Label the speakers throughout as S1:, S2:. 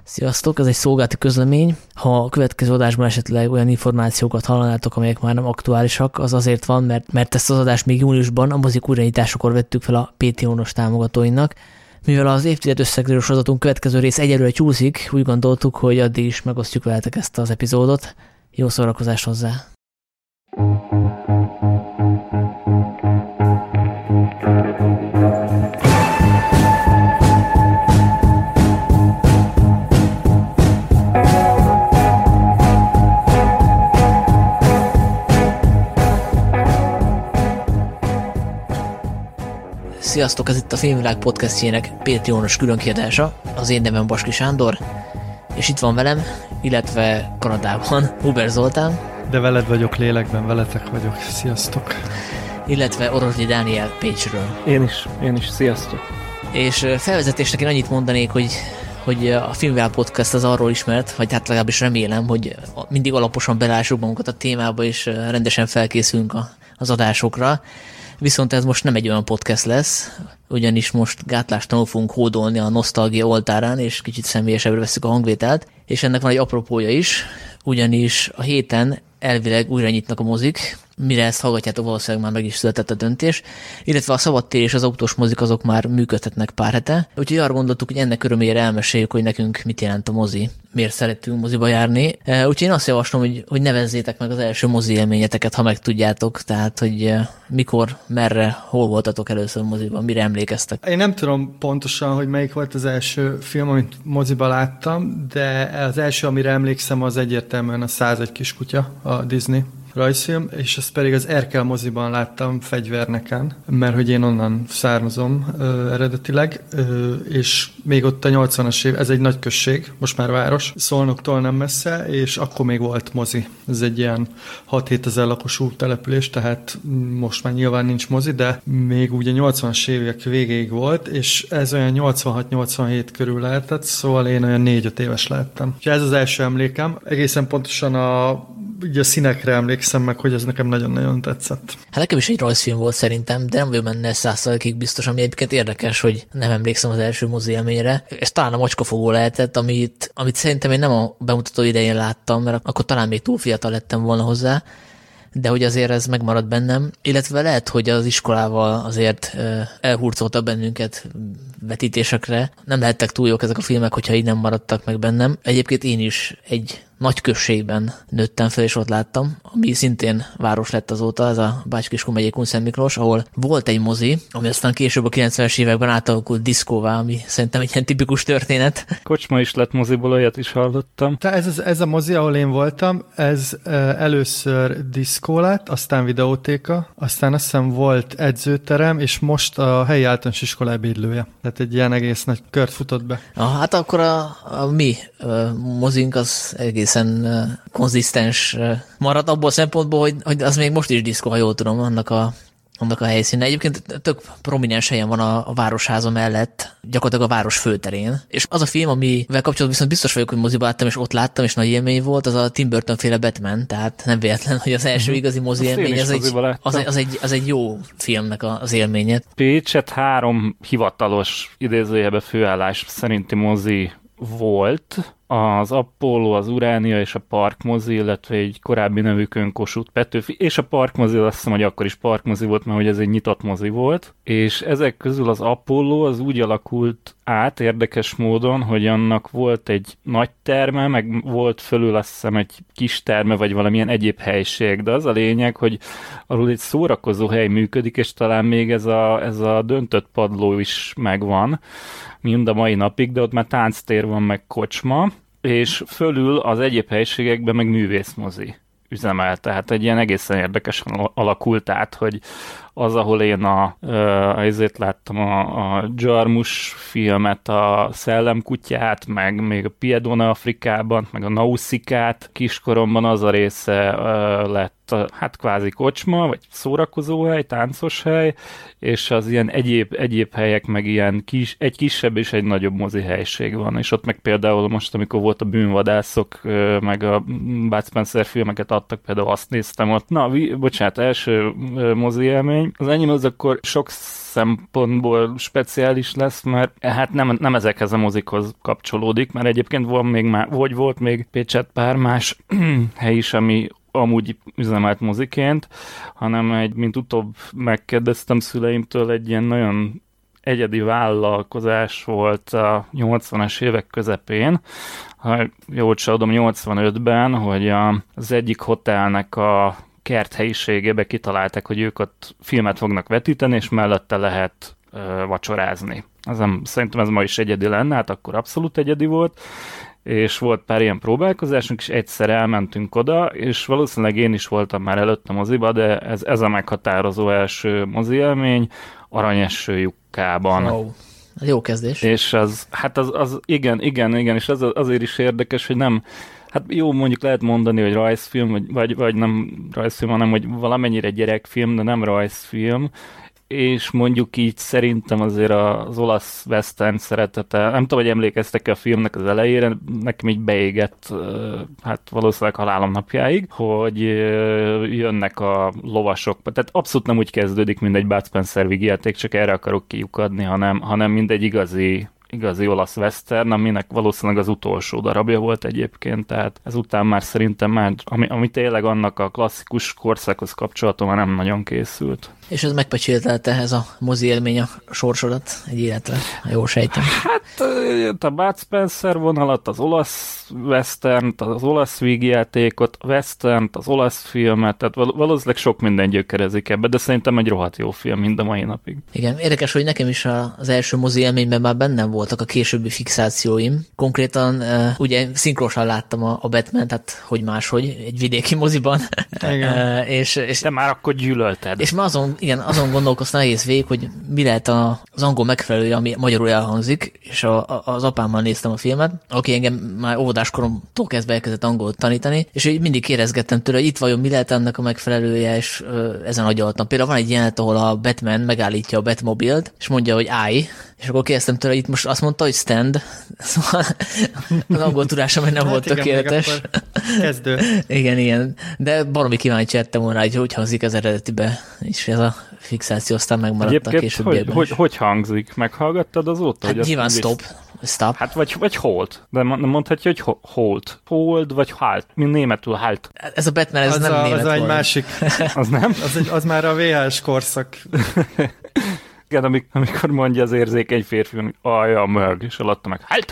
S1: Sziasztok, ez egy szolgálati közlemény. Ha a következő adásban esetleg olyan információkat hallanátok, amelyek már nem aktuálisak, az azért van, mert ezt az adást még júniusban a mozik újraindításakor vettük fel a Patreon-os támogatóinak. Mivel az évtized összegzős sorozatunk következő rész egyelőre csúszik, úgy gondoltuk, hogy addig is megosztjuk veletek ezt az epizódot. Jó szórakozás hozzá! Sziasztok, ez itt a Filmvilág podcastjének Patreon-os különkiadása. Az én nevem Baski Sándor, és itt van velem, illetve Kanadában Huber Zoltán.
S2: De veled vagyok lélekben, veletek vagyok. Sziasztok.
S1: Illetve Orosdi Dániel Pécsről.
S3: Én is, sziasztok.
S1: És felvezetésnek én annyit mondanék, hogy a Filmvilág podcast az arról ismert, vagy hát legalábbis remélem, hogy mindig alaposan belássuk magunkat a témába, és rendesen felkészülünk az adásokra. Viszont ez most nem egy olyan podcast lesz, ugyanis most gátlástalanul fogunk hódolni a nosztalgia oltárán, és kicsit személyesebbre veszük a hangvételt, és ennek van egy apropója is, ugyanis a héten elvileg újra nyitnak a mozik, mire ezt hallgatjátok, valószínűleg már meg is született a döntés, illetve a szabadtér és az autós mozik azok már működhetnek pár hete, úgyhogy arra gondoltuk, hogy ennek örömére elmeséljük, hogy nekünk mit jelent a mozi, miért szeretünk moziba járni. Úgyhogy én azt javaslom, hogy nevezzétek meg az első mozi élményeteket, ha meg tudjátok, tehát hogy mikor, merre, hol voltatok először moziban, mire emlékeztek.
S2: Én nem tudom pontosan, hogy melyik volt az első film, amit moziba láttam, de az első, amire emlékszem, az egyértelműen a 101 kiskutya, a Disney rajzfilm, és ezt pedig az Erkel moziban láttam Fegyverneken, mert hogy én onnan származom eredetileg, és még ott a 80-as év, ez egy nagy község, most már város, Szolnoktól nem messze, és akkor még volt mozi. Ez egy ilyen 6-7 ezer lakosú település, tehát most már nyilván nincs mozi, de még ugye 80-as évek végéig volt, és ez olyan 86-87 körül lehetett, szóval én olyan 4-5 éves lehettem. És ez az első emlékem, egészen pontosan ugye a színekre emlékszem meg, hogy ez nekem nagyon-nagyon tetszett.
S1: Hát nekem is egy rajzfilm volt szerintem, de nem vagyok benne 100%-ig biztos, ami egyébként érdekes, hogy nem emlékszem az első mozi élményre. Ez talán a Macskafogó lehetett, amit szerintem én nem a bemutató idején láttam, mert akkor talán még túl fiatal lettem volna hozzá, de hogy azért ez megmaradt bennem, illetve lehet, hogy az iskolával azért elhurcolta bennünket vetítésekre. Nem lehettek túl jók ezek a filmek, hogyha így nem maradtak meg bennem. Egyébként én is egy nagy községben nőttem fel, és ott láttam, ami szintén város lett azóta, ez a Bács-Kiskun megyei Kunszentmiklós, ahol volt egy mozi, ami aztán később a 90-es években átalakult diszkóvá, ami szerintem egy ilyen tipikus történet.
S3: Kocsma is lett moziból, olyat is hallottam.
S2: Tehát ez a mozi, ahol én voltam, ez először diszkó lett, aztán videótéka, aztán azt hiszem volt edzőterem, és most a helyi általános iskola ebédlője. Tehát egy ilyen egész nagy kört futott be.
S1: Hát akkor a mi mozink az egészen konzisztens marad abból a szempontból, hogy az még most is diszkó, ha jól tudom, annak a helyszíne. Egyébként tök prominens helyen van a Városháza mellett, gyakorlatilag a város főterén. És az a film, amivel kapcsolatban viszont biztos vagyok, hogy moziba láttam, és ott láttam, és nagy élmény volt, az a Tim Burton-féle Batman, tehát nem véletlen, hogy az első igazi mozi élmény, az egy jó filmnek az élménye.
S3: Pécset 3 hivatalos idézőjebe főállás szerinti mozi volt, az Apollo, az Uránia és a Parkmozi, illetve egy korábbi nevükön Kossuth Petőfi, és a Parkmozi, azt hiszem, hogy akkor is Parkmozi volt, mert hogy ez egy nyitott mozi volt, és ezek közül az Apollo az úgy alakult át érdekes módon, hogy annak volt egy nagy terme, meg volt fölül azt hiszem egy kis terme, vagy valamilyen egyéb helység, de az a lényeg, hogy arról egy szórakozó hely működik, és talán még ez a döntött padló is megvan, mind a mai napig, de ott már tánctér van, meg kocsma, és fölül az egyéb helységekben meg művészmozi üzemel. Tehát egy ilyen egészen érdekesen alakult át, hogy az, ahol én ezért láttam a Jarmus filmet, a Szellemkutyát, meg még a Piedone Afrikában, meg a Nauszikát kiskoromban, az a része lett hát kvázi kocsma, vagy szórakozóhely, táncos hely, és az ilyen egyéb helyek meg ilyen egy kisebb és egy nagyobb mozi helység van, és ott meg például most, amikor volt a Bűnvadászok, meg a Bud Spencer filmeket adtak, például azt néztem ott. Na, bocsánat, első mozi élmény, élmény. Az enyém az akkor sok szempontból speciális lesz, mert hát nem ezekhez a mozikhoz kapcsolódik, mert egyébként volt még Pécsett pár más hely is, ami amúgy üzemelt moziként, hanem mint utóbb megkérdeztem szüleimtől, egy ilyen nagyon egyedi vállalkozás volt a 80-as évek közepén, ha jól csalódom, 85-ben, hogy az egyik hotelnek a kerthelyiségébe kitalálták, hogy ők ott filmet fognak vetíteni, és mellette lehet vacsorázni. Szerintem ez ma is egyedi lenne, hát akkor abszolút egyedi volt, és volt pár ilyen próbálkozásunk, és egyszer elmentünk oda, és valószínűleg én is voltam már előtte moziba, de ez a meghatározó első mozi élmény, Aranyeső lyukában.
S1: Wow. Jó kezdés.
S3: És az igen, és ez azért is érdekes, hogy nem, hát jó, mondjuk lehet mondani, hogy rajzfilm, vagy nem rajzfilm, hanem hogy valamennyire gyerekfilm, de nem rajzfilm, és mondjuk így szerintem azért az olasz western szeretete, nem tudom, hogy emlékeztek-e a filmnek az elejére, nekem így beégett, hát valószínűleg halálom napjáig, hogy jönnek a lovasok, tehát abszolút nem úgy kezdődik, mint egy Bud Spencer vígjáték, csak erre akarok kiukadni, hanem mint egy igazi olasz western, aminek valószínűleg az utolsó darabja volt egyébként, tehát ezután már szerintem ami tényleg annak a klasszikus korszakhoz kapcsolatban már nem nagyon készült.
S1: És ez megpecsételte ez a mozi élmény a sorsodat egy életre, jól sejtem.
S3: Hát a Bud Spencer vonalat, az olasz westernt, az olasz vígjátékot, a westernt, az olasz filmet, tehát valószínűleg sok minden gyökerezik ebbe, de szerintem egy rohadt jó film mind a mai napig. Igen,
S1: érdekes, hogy nekem is az első mozi élményben már bennem voltak a későbbi fixációim. Konkrétan ugye szinkrosan láttam a Batman, tehát hogy máshogy, egy vidéki moziban. és
S3: te már akkor gyűlölted.
S1: És már azon gondolkoztam egész végig, hogy mi lehet az angol megfelelője, ami magyarul elhangzik, és az apámmal néztem a filmet, aki engem már óvodáskoromtól kezdve elkezdett angolt tanítani, és így mindig kérdezgettem tőle, hogy itt vajon mi lehet ennek a megfelelője, és ezen agyaltam. Például van egy jelenet, ahol a Batman megállítja a Batmobilt, és mondja, hogy állj, és akkor kérdeztem tőle, itt most azt mondta, hogy stand, szóval az angol tudásom nem volt tökéletes.
S2: Kezdő.
S1: Igen, de baromi kíváncsi lettem volna, hogy hangzik az eredetibe, és ez a fixáció aztán megmaradt a későbbiekben.
S3: Hogy hangzik? Meghallgattad azóta?
S1: Hát nyilván stop.
S3: Hát vagy hold. De mondhatja, hogy hold vagy halt. Mint németül halt.
S1: Ez a Batman, ez nem német
S2: volt. Az egy másik.
S3: Az nem?
S2: Az már a VHS korszak.
S3: Igen, amikor mondja az érzékeny férfi, hogy alja meg, és alatta meg halt.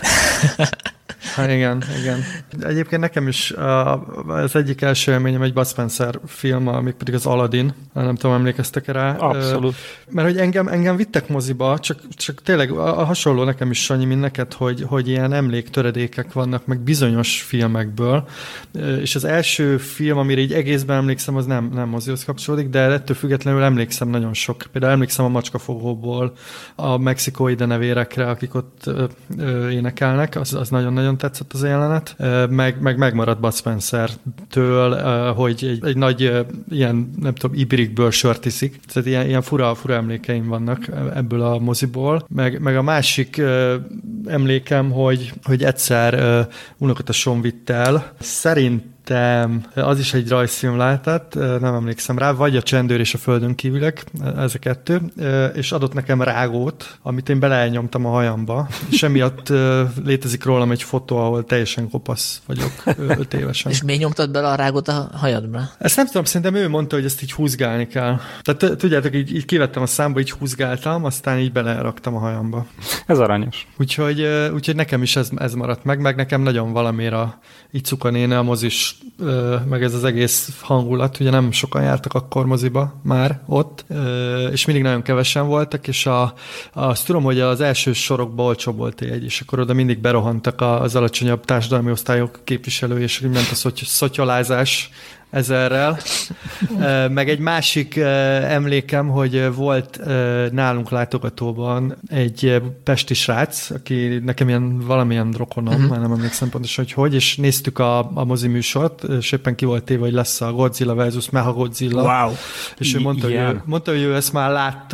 S2: Igen. Egyébként nekem is az egyik első élményem egy Bud Spencer film, amik pedig az Aladdin. Nem tudom, emlékeztek rá?
S3: Abszolút.
S2: Mert hogy engem vittek moziba, csak tényleg a hasonló nekem is, Sanyi, mint neked, hogy ilyen emléktöredékek vannak, meg bizonyos filmekből. És az első film, amire így egészben emlékszem, az nem mozihoz kapcsolódik, de ettől függetlenül emlékszem nagyon sok. Például emlékszem a Macskafogóból a mexikói denevérekre, akik ott énekelnek, az nagyon-nagyon tetszett az jelenet, meg megmaradt Bud Spencer-től, hogy egy nagy ilyen, nem tudom, ibrikből sört iszik. Tehát ilyen fura emlékeim vannak ebből a moziból. Meg a másik emlékem, hogy egyszer unokatesom vitt el. Szerintem az is egy rajzfilm lehetett, nem emlékszem rá, vagy a Csendőr és a Földön kívülek, ez a kettő, és adott nekem rágót, amit én belenyomtam a hajamba, és emiatt létezik rólam egy fotó, ahol teljesen kopasz vagyok 5 évesen.
S1: És miért nyomtad bele a rágót a hajadba?
S2: Ezt nem tudom, szerintem ő mondta, hogy ezt így húzgálni kell. Tehát tudjátok, így kivettem a számba, így húzgáltam, aztán így beleraktam a hajamba.
S3: Ez aranyos.
S2: Úgyhogy nekem is ez maradt meg nekem nagyon valamire így Cukanéne, a mozis, meg ez az egész hangulat, ugye nem sokan jártak akkor moziba már ott, és mindig nagyon kevesen voltak, és azt tudom, hogy az első sorokban olcsóbb volt egy, és akkor oda mindig berohantak az alacsonyabb társadalmi osztályok képviselői, és ment a szotyolázás ezerrel. Meg egy másik emlékem, hogy volt nálunk látogatóban egy pesti srác, aki nekem valamilyen rokonom, már nem emlékszem pontosan, hogy, és néztük a mozi műsort, és éppen ki volt téve, hogy lesz a Godzilla versus Mechagodzilla.
S3: Wow.
S2: És ő mondta, hogy ő ezt már látta,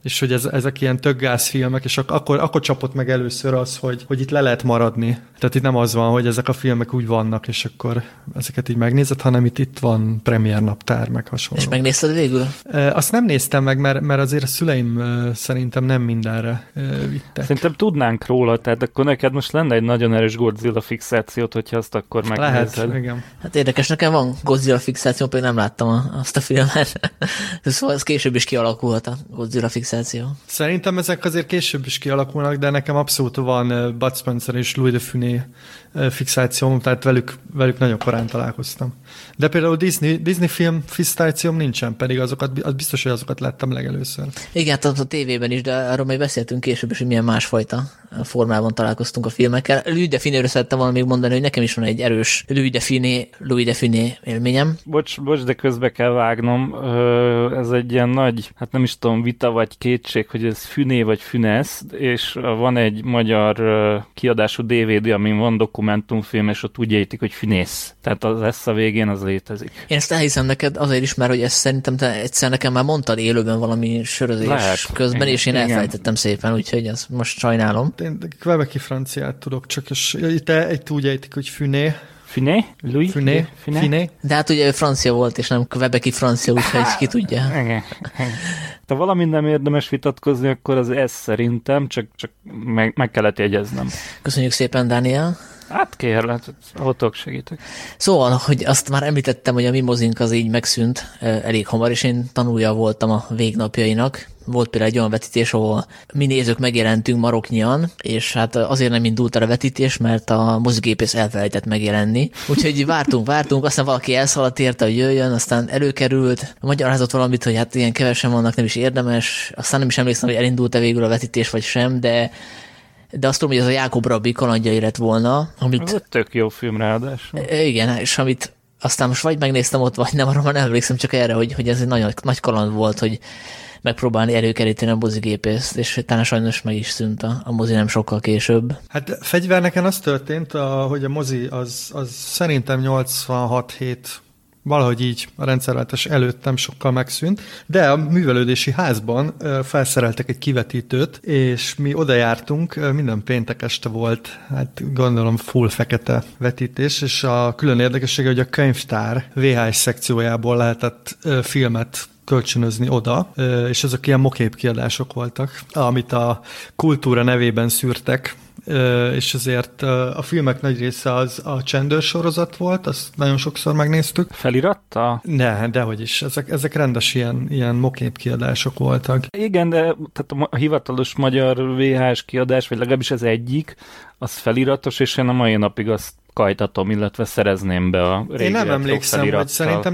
S2: és hogy ezek ilyen tök gázfilmek, és akkor csapott meg először az, hogy itt le lehet maradni. Tehát itt nem az van, hogy ezek a filmek úgy vannak, és akkor ezeket így megnézed, hanem itt van premiér-naptár, meg hasonló.
S1: És megnézted végül?
S2: Azt nem néztem meg, mert azért a szüleim szerintem nem mindenre vittek.
S3: Szerintem tudnánk róla, tehát akkor neked most lenne egy nagyon erős Godzilla fixációt, hogyha azt akkor megnézed.
S2: Lehet, igen.
S1: Hát érdekes, nekem van Godzilla fixáció, pedig nem láttam azt a filmet. Szóval ez később is kialakulhat a Godzilla fixáció.
S2: Szerintem ezek azért később is kialakulnak, de nekem abszolút van Bud Spencer és Louis de Funès fixációm, tehát velük nagyon korán találkoztam. De például Disney film fixációm nincsen, pedig az biztos, hogy azokat láttam legelőször.
S1: Igen, hát a tévében is, de arról majd beszéltünk később is, hogy milyen másfajta formában találkoztunk a filmekkel. Louis de Funésről szerettem volna még mondani, hogy nekem is van egy erős Louis de Funès élményem.
S3: Bocs, de közbe kell vágnom. Ez egy ilyen nagy, hát nem is tudom, vita vagy kétség, hogy ez Funé vagy Funès, és van egy magyar kiadású DVD, amin van dokumentumfilm, és ott úgy ejtik, hogy Funès. Tehát az S a végén az létezik.
S1: Én ezt elhiszem neked azért is, mert hogy ezt szerintem te egyszer nekem már mondtad élőben valami sörözés közben, és én elfelejtettem szépen, úgyhogy ezt most sajnálom.
S2: Én quebeci franciát tudok, csak itt úgy ejtik, hogy Funé.
S3: Funé? Louis?
S2: Funé?
S1: De hát ugye francia volt, és nem quebeci francia, úgyhogy ki tudja.
S3: Ha valamint nem érdemes vitatkozni, akkor az ez szerintem, csak meg kellett jegyeznem.
S1: Köszönjük szépen, Dániel.
S3: Hát kérlek, ahol tudok segítek.
S1: Szóval, hogy azt már említettem, hogy a mi mozink az így megszűnt elég hamar, és én tanulja voltam a végnapjainak. Volt például egy olyan vetítés, ahol mi nézők megjelentünk maroknyian, és hát azért nem indult el a vetítés, mert a mozigépész elfelejtett megjelenni. Úgyhogy vártunk, aztán valaki elszaladt érte, hogy jöjjön, aztán előkerült, magyarázott valamit, hogy hát ilyen kevesen vannak, nem is érdemes, aztán nem is emlékszem, hogy elindult-e végül a vetítés vagy sem, de azt tudom, hogy ez a Jákob Rabbi kalandjai lett volna.
S3: Ez egy tök jó film ráadásul.
S1: Igen, és amit aztán most vagy megnéztem ott, vagy nem, arra már nem emlékszem, csak erre, hogy ez egy nagy kaland volt, hogy megpróbálni előkeríteni a mozigépészt, és talán sajnos meg is szűnt a mozi nem sokkal később.
S2: Hát Fegyverneken az történt, hogy a mozi az szerintem 86-7 valahogy így a rendszerváltás előtt nem sokkal megszűnt, de a művelődési házban felszereltek egy kivetítőt, és mi oda jártunk, minden péntek este volt, hát gondolom full fekete vetítés, és a külön érdekessége, hogy a könyvtár VHS szekciójából lehetett filmet kölcsönözni oda, és ezek ilyen moképkiadások voltak, amit a kultúra nevében szűrtek, és ezért a filmek nagy része az a Csendőrsorozat volt, azt nagyon sokszor megnéztük.
S3: Feliratta?
S2: Ne, dehogy is. Ezek rendes ilyen moképkiadások voltak.
S3: Igen, de tehát a hivatalos magyar VHS kiadás, vagy legalábbis az egyik, az feliratos, és én a mai napig azt kajtatom, illetve szerezném be a régi.
S2: Én nem emlékszem, hogy szerintem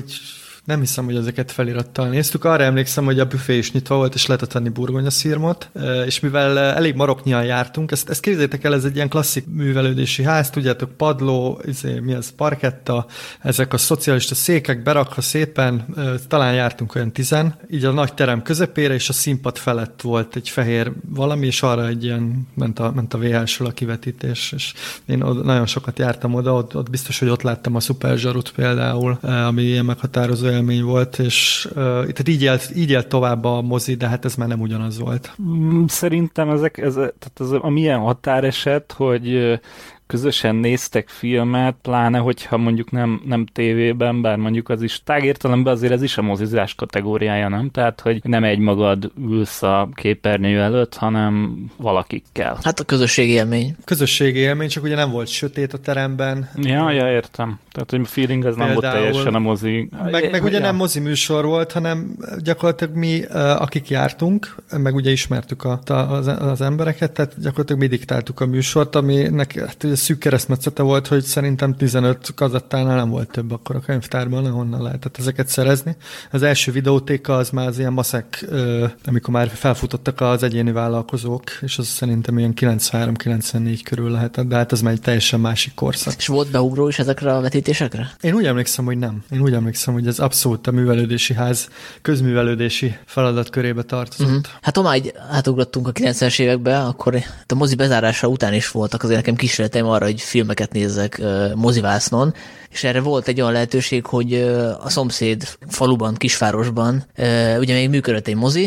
S2: nem hiszem, hogy ezeket felirattal néztük. Arra emlékszem, hogy a büfé is nyitva volt, és lehetett venni burgonyaszirmot, és mivel elég maroknyian jártunk, ezt képzeljétek el, ez egy ilyen klasszik művelődési ház, tudjátok, padló, mi az, parketta, ezek a szocialista székek berakva szépen, talán jártunk olyan 10, így a nagy terem közepére, és a színpad felett volt egy fehér valami, és arra egy ilyen ment a VHS-ről a kivetítés, és én nagyon sokat jártam oda, ott biztos, hogy ott láttam a Super Zsarut például, ami ilyen meghatározó élmény volt, és itt így élt tovább a mozi, de hát ez már nem ugyanaz volt.
S3: Szerintem ez a milyen határeset, hogy közösen néztek filmet, pláne, hogyha mondjuk nem tévében, bár mondjuk az is tágértelemben azért ez is a mozizás kategóriája, nem? Tehát, hogy nem egymagad ülsz a képernyő előtt, hanem valakikkel.
S1: Hát a közösségi élmény.
S2: Közösségi élmény, csak ugye nem volt sötét a teremben.
S3: Ja, értem. Tehát, hogy a feeling az nem volt teljesen a mozi.
S2: Meg ugye nem mozi műsor volt, hanem gyakorlatilag mi, akik jártunk, meg ugye ismertük az embereket, tehát gyakorlatilag mi diktáltuk a műsort, aminek hát, szűk keresztmetszete volt, hogy szerintem 15 kazettánál nem volt több akkor a könyvtárban, ahonnan lehetett ezeket szerezni. Az első videótéka az már az ilyen maszek, amikor már felfutottak az egyéni vállalkozók, és az szerintem ilyen 93-94 körül lehetett, de hát ez már egy teljesen másik korszak.
S1: És volt beugró is ezekre a vetítésekre?
S2: Én úgy emlékszem, hogy nem. Én úgy emlékszem, hogy ez abszolút a művelődési ház közművelődési feladatkörébe tartozott. Uh-huh.
S1: Hát ha már átugrottunk a 90-es évekbe, akkor a mozi bezárása után is voltak azért nekem kísérleteim arra, hogy filmeket nézzek mozivásznon, és erre volt egy olyan lehetőség, hogy a szomszéd faluban, kisvárosban ugye még működött egy mozi,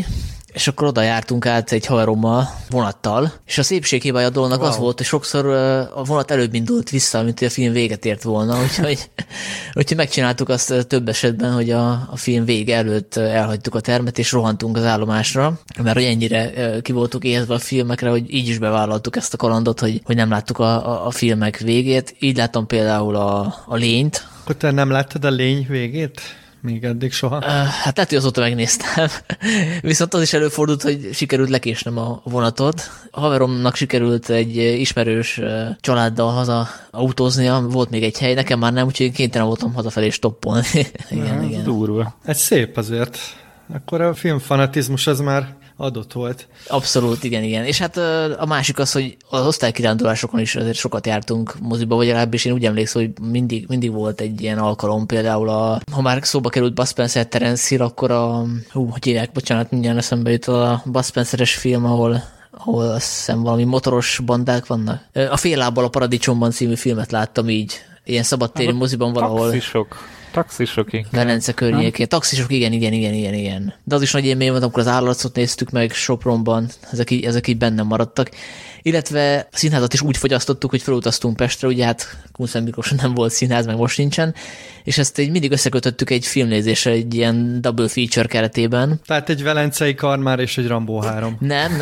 S1: és akkor oda jártunk át egy haverommal, vonattal, és a szépséghibája a dolognak az volt, hogy sokszor a vonat előbb indult vissza, mint hogy a film véget ért volna, úgyhogy megcsináltuk azt több esetben, hogy a film vége előtt elhagytuk a termet, és rohantunk az állomásra, mert hogy ennyire ki voltuk éhezve a filmekre, hogy így is bevállaltuk ezt a kalandot, hogy nem láttuk a filmek végét. Így láttam például a Lényt.
S2: Akkor te nem láttad a Lény végét? Még eddig soha?
S1: Hát lehet, hogy azóta megnéztem. Viszont az is előfordult, hogy sikerült lekésnem a vonatot. A haveromnak sikerült egy ismerős családdal haza autóznia, volt még egy hely, nekem már nem, úgyhogy kénytelen voltam hazafelé stoppolni. igen.
S3: Durva.
S2: Ez szép azért. Akkor a filmfanatizmus az már adott volt.
S1: Abszolút, igen. És hát a másik az, hogy az osztálykirándulásokon is azért sokat jártunk moziba, vagy legalábbis én úgy emlékszem, hogy mindig volt egy ilyen alkalom, például ha már szóba került Bud Spencer, Terence Hill, akkor hogy hívják, bocsánat, mindjárt eszembe jut a Bud Spencer-es film, ahol azt hiszem valami motoros bandák vannak. A Fél lábbal a paradicsomban című filmet láttam így, ilyen szabadtéri moziban valahol.
S3: Taxisok.
S1: Velence környékén. Taxisok, igen. De az is nagy élmény volt, amikor az Állarcot néztük meg Sopronban, ezek így bennem maradtak. Illetve a színházat is úgy fogyasztottuk, hogy felutaztunk Pestre, ugye hát Kunszent Miklóson nem volt színház, meg most nincsen, és ezt így mindig összekötöttük egy filmnézésre, egy ilyen double feature keretében.
S2: Tehát egy Velencei Karmár és egy Rambo 3.
S1: Nem.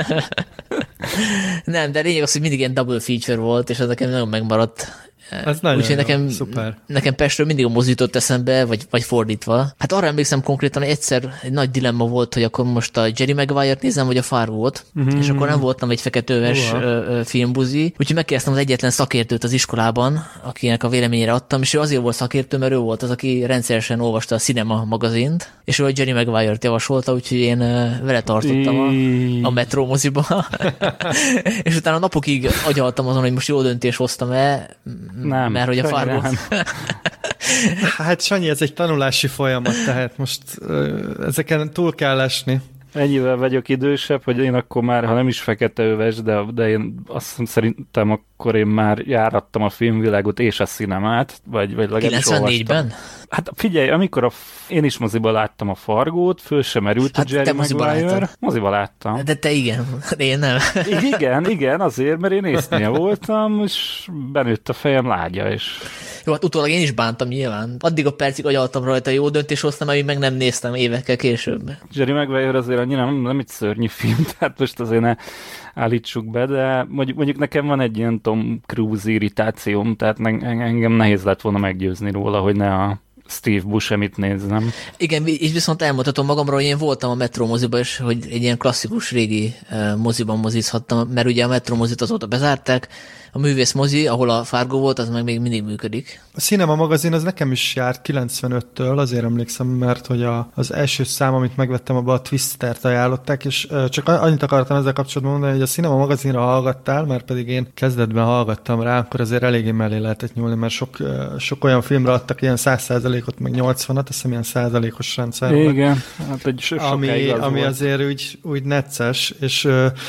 S1: Nem, de lényeg az, hogy mindig ilyen double feature volt, és ez nekem nagyon megmaradt.
S2: Ez nagyon szuper.
S1: Nekem Pestről mindig a mozi jutott eszembe, vagy fordítva. Hát arra emlékszem konkrétan, hogy egyszer egy nagy dilemma volt, hogy akkor most a Jerry Maguire-t nézem, vagy a Fargo-t, és akkor nem voltam egy feketőves filmbuzi, úgyhogy megkérdeztem az egyetlen szakértőt az iskolában, akinek a véleményére adtam, és ő azért volt szakértő, mert ő volt az, aki rendszeresen olvasta a Cinema magazint, és ő a Jerry Maguire-t javasolta, úgyhogy én vele tartottam a Metro moziba. És utána napokig agyaltam azon, hogy most jó döntés hoztam-e,
S3: nem,
S1: mert hogy a Fargo...
S2: Hát Sanyi, ez egy tanulási folyamat, tehát most ezeken túl kell esni.
S3: Ennyivel vagyok idősebb, hogy én akkor már, ha nem is feketeöves, de én azt szerintem akkor én már járattam a filmvilágot és a cinemát, vagy legalábbis
S1: 94-ben?
S3: Hát figyelj, amikor én is moziba láttam a Fargót, föl sem merült a Jerry Maguire. Moziba láttam.
S1: De te igen, én nem.
S3: Igen, azért, mert én észnél voltam, és benőtt a fejem lágya, és...
S1: Jó, hát utólag én is bántam nyilván. Addig a percig agyaltam rajta, jó döntés hoztam, amíg meg nem néztem évekkel később. Jerry
S3: Maguire azért annyira nem egy szörnyű film, tehát most azért ne állítsuk be, de mondjuk nekem van egy ilyen Tom Cruise irritációm, tehát engem nehéz lett volna meggyőzni róla, hogy ne a Steve Buscemit nézzem.
S1: Igen, így viszont elmondhatom magamról, hogy én voltam a Metro moziban, és hogy egy ilyen klasszikus régi moziban mozizhattam, mert ugye a Metro mozit azóta bezárták, a művész mozi, ahol a Fargo volt, az meg még mindig működik.
S2: A Cinema magazin az nekem is járt 95-től, azért emlékszem, mert hogy az első szám, amit megvettem, abban a Twistert ajánlották, és csak annyit akartam ezzel kapcsolatban mondani, hogy a Cinema magazinra hallgattál, mert pedig én kezdetben hallgattam rá, akkor azért eléggé mellé lehetett nyúlni, mert sok olyan filmre adtak ilyen 100%-ot, meg 80-at, azt hiszem ilyen százalékos rendszer.
S3: Igen, hát egy
S2: ami azért úgy necces, és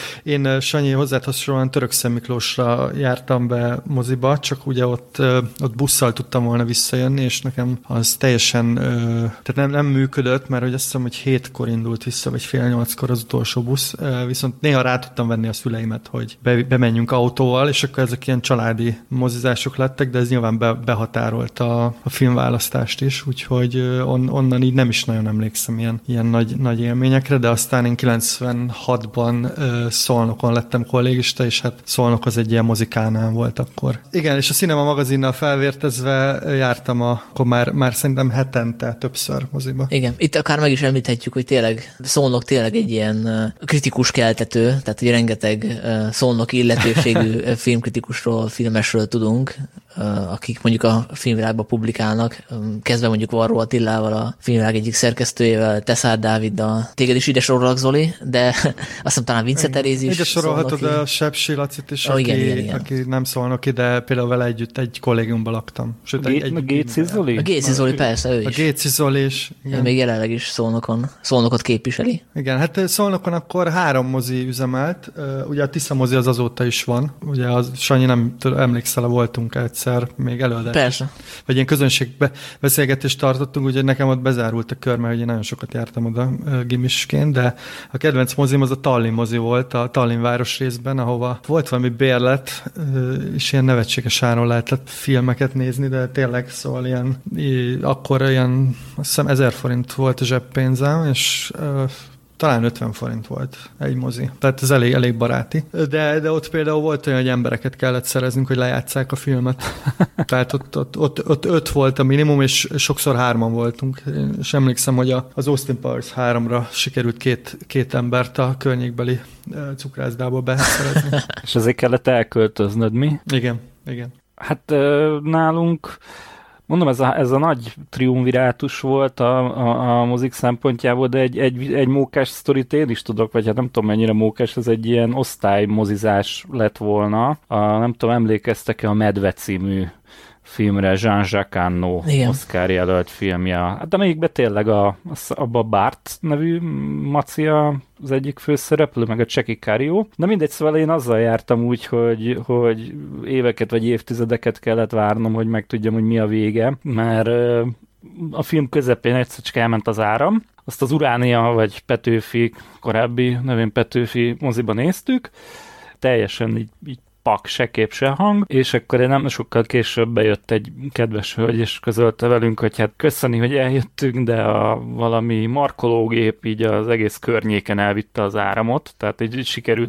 S2: én Sanyi hozzád hasonlóan Törökszent Miklósra jártam be moziba, csak ugye ott busszal tudtam volna visszajönni, és nekem az teljesen tehát nem működött, mert hogy azt hiszem, hogy 7-kor indult vissza, vagy fél 8-kor az utolsó busz, viszont néha rá tudtam venni a szüleimet, hogy bemenjünk autóval, és akkor ezek ilyen családi mozizások lettek, de ez nyilván behatárolta a filmválasztást is, úgyhogy onnan így nem is nagyon emlékszem ilyen nagy élményekre, de aztán én 96-ban Szolnokon lettem kollégista, és hát Szolnok az egy ilyen mozikánál volt akkor. Igen, és a Cinema magazinnal felvértezve jártam akkor már szerintem hetente többször moziba.
S1: Igen, itt akár meg is említhetjük, hogy tényleg Szolnok tényleg egy ilyen kritikus keltető, tehát hogy rengeteg szolnoki illetőségű filmkritikusról, filmesről tudunk, akik mondjuk a filmvilágban publikálnak, kezdve mondjuk Varró Attilával, a filmvilág egyik szerkesztőjével, Teszár Dáviddal. Téged is ide sorolok, Zoli, de azt hiszem talán Vince Teréz is.
S2: Ide sorolhatod a Sepsi Lacit is, aki nem szólnak ide, például vele együtt egy kollégiumban laktam.
S3: Sőt, a Géci Zoli?
S1: A Géci Zoli, persze, ő is.
S2: A Géci Zoli is.
S1: Igen. Még jelenleg is Szolnokot képviseli.
S2: Igen, hát Szolnokon akkor 3 mozi üzemelt, ugye a Tisza mozi az azóta is van, ugye az Sanyi nem emlékszel, voltunk egyszer egyszer még előadást.
S1: Persze.
S2: Vagy ilyen közönségbeszélgetést tartottunk, úgyhogy nekem ott bezárult a kör, mert ugye nagyon sokat jártam oda gimisként, de a kedvenc mozim az a Tallinn mozi volt, a Tallinn városrészben, ahova volt valami bérlet, és ilyen nevetséges áron lehetett filmeket nézni, de tényleg szóval akkor ilyen, azt hiszem 1000 forint volt a zseppénzem, és talán 50 forint volt egy mozi. Tehát ez elég baráti. De ott például volt olyan, hogy embereket kellett szereznünk, hogy lejátsszák a filmet. Tehát ott 5 volt a minimum, és sokszor 3-an voltunk. És emlékszem, hogy az Austin Powers 3-ra sikerült két embert a környékbeli cukrászdából beszerezni.
S3: És ezért kellett elköltöznöd, mi?
S2: Igen.
S3: Hát nálunk mondom, ez a nagy triumvirátus volt a mozik szempontjából, de egy mókás sztorit én is tudok, vagy hát nem tudom mennyire mókás, ez egy ilyen osztálymozizás lett volna. Nem tudom, emlékeztek-e a Medve című filmre, Jean-Jacques Annaud Oscar jelölt filmje. Hát amelyikben tényleg a Bart nevű Macia az egyik főszereplő, meg a Cseki Cario. Na mindegy, szóval én azzal jártam úgy, hogy éveket vagy évtizedeket kellett várnom, hogy megtudjam, hogy mi a vége, mert a film közepén egyszer csak elment az áram. Azt az Uránia vagy Petőfi, korábbi nevén Petőfi moziban néztük. Teljesen így pak, se kép, se hang, és akkor nem sokkal később bejött egy kedves hölgy, és közölte velünk, hogy hát köszöni, hogy eljöttünk, de valami markológép így az egész környéken elvitte az áramot, tehát így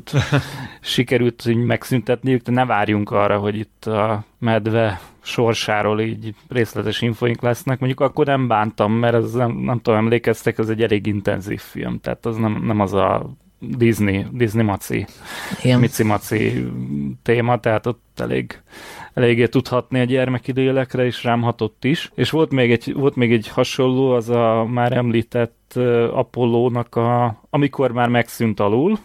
S3: sikerült így megszüntetniük, de ne várjunk arra, hogy itt a Medve sorsáról így részletes infoink lesznek. Mondjuk akkor nem bántam, mert ez nem tudom, emlékeztek, ez egy elég intenzív film, tehát az nem az a Disney maci, mici-maci téma, tehát ott eléggé tudhatni a gyermeki lélekre, és rám hatott is. És volt még egy hasonló, az a már említett Apollónak amikor már megszűnt alul,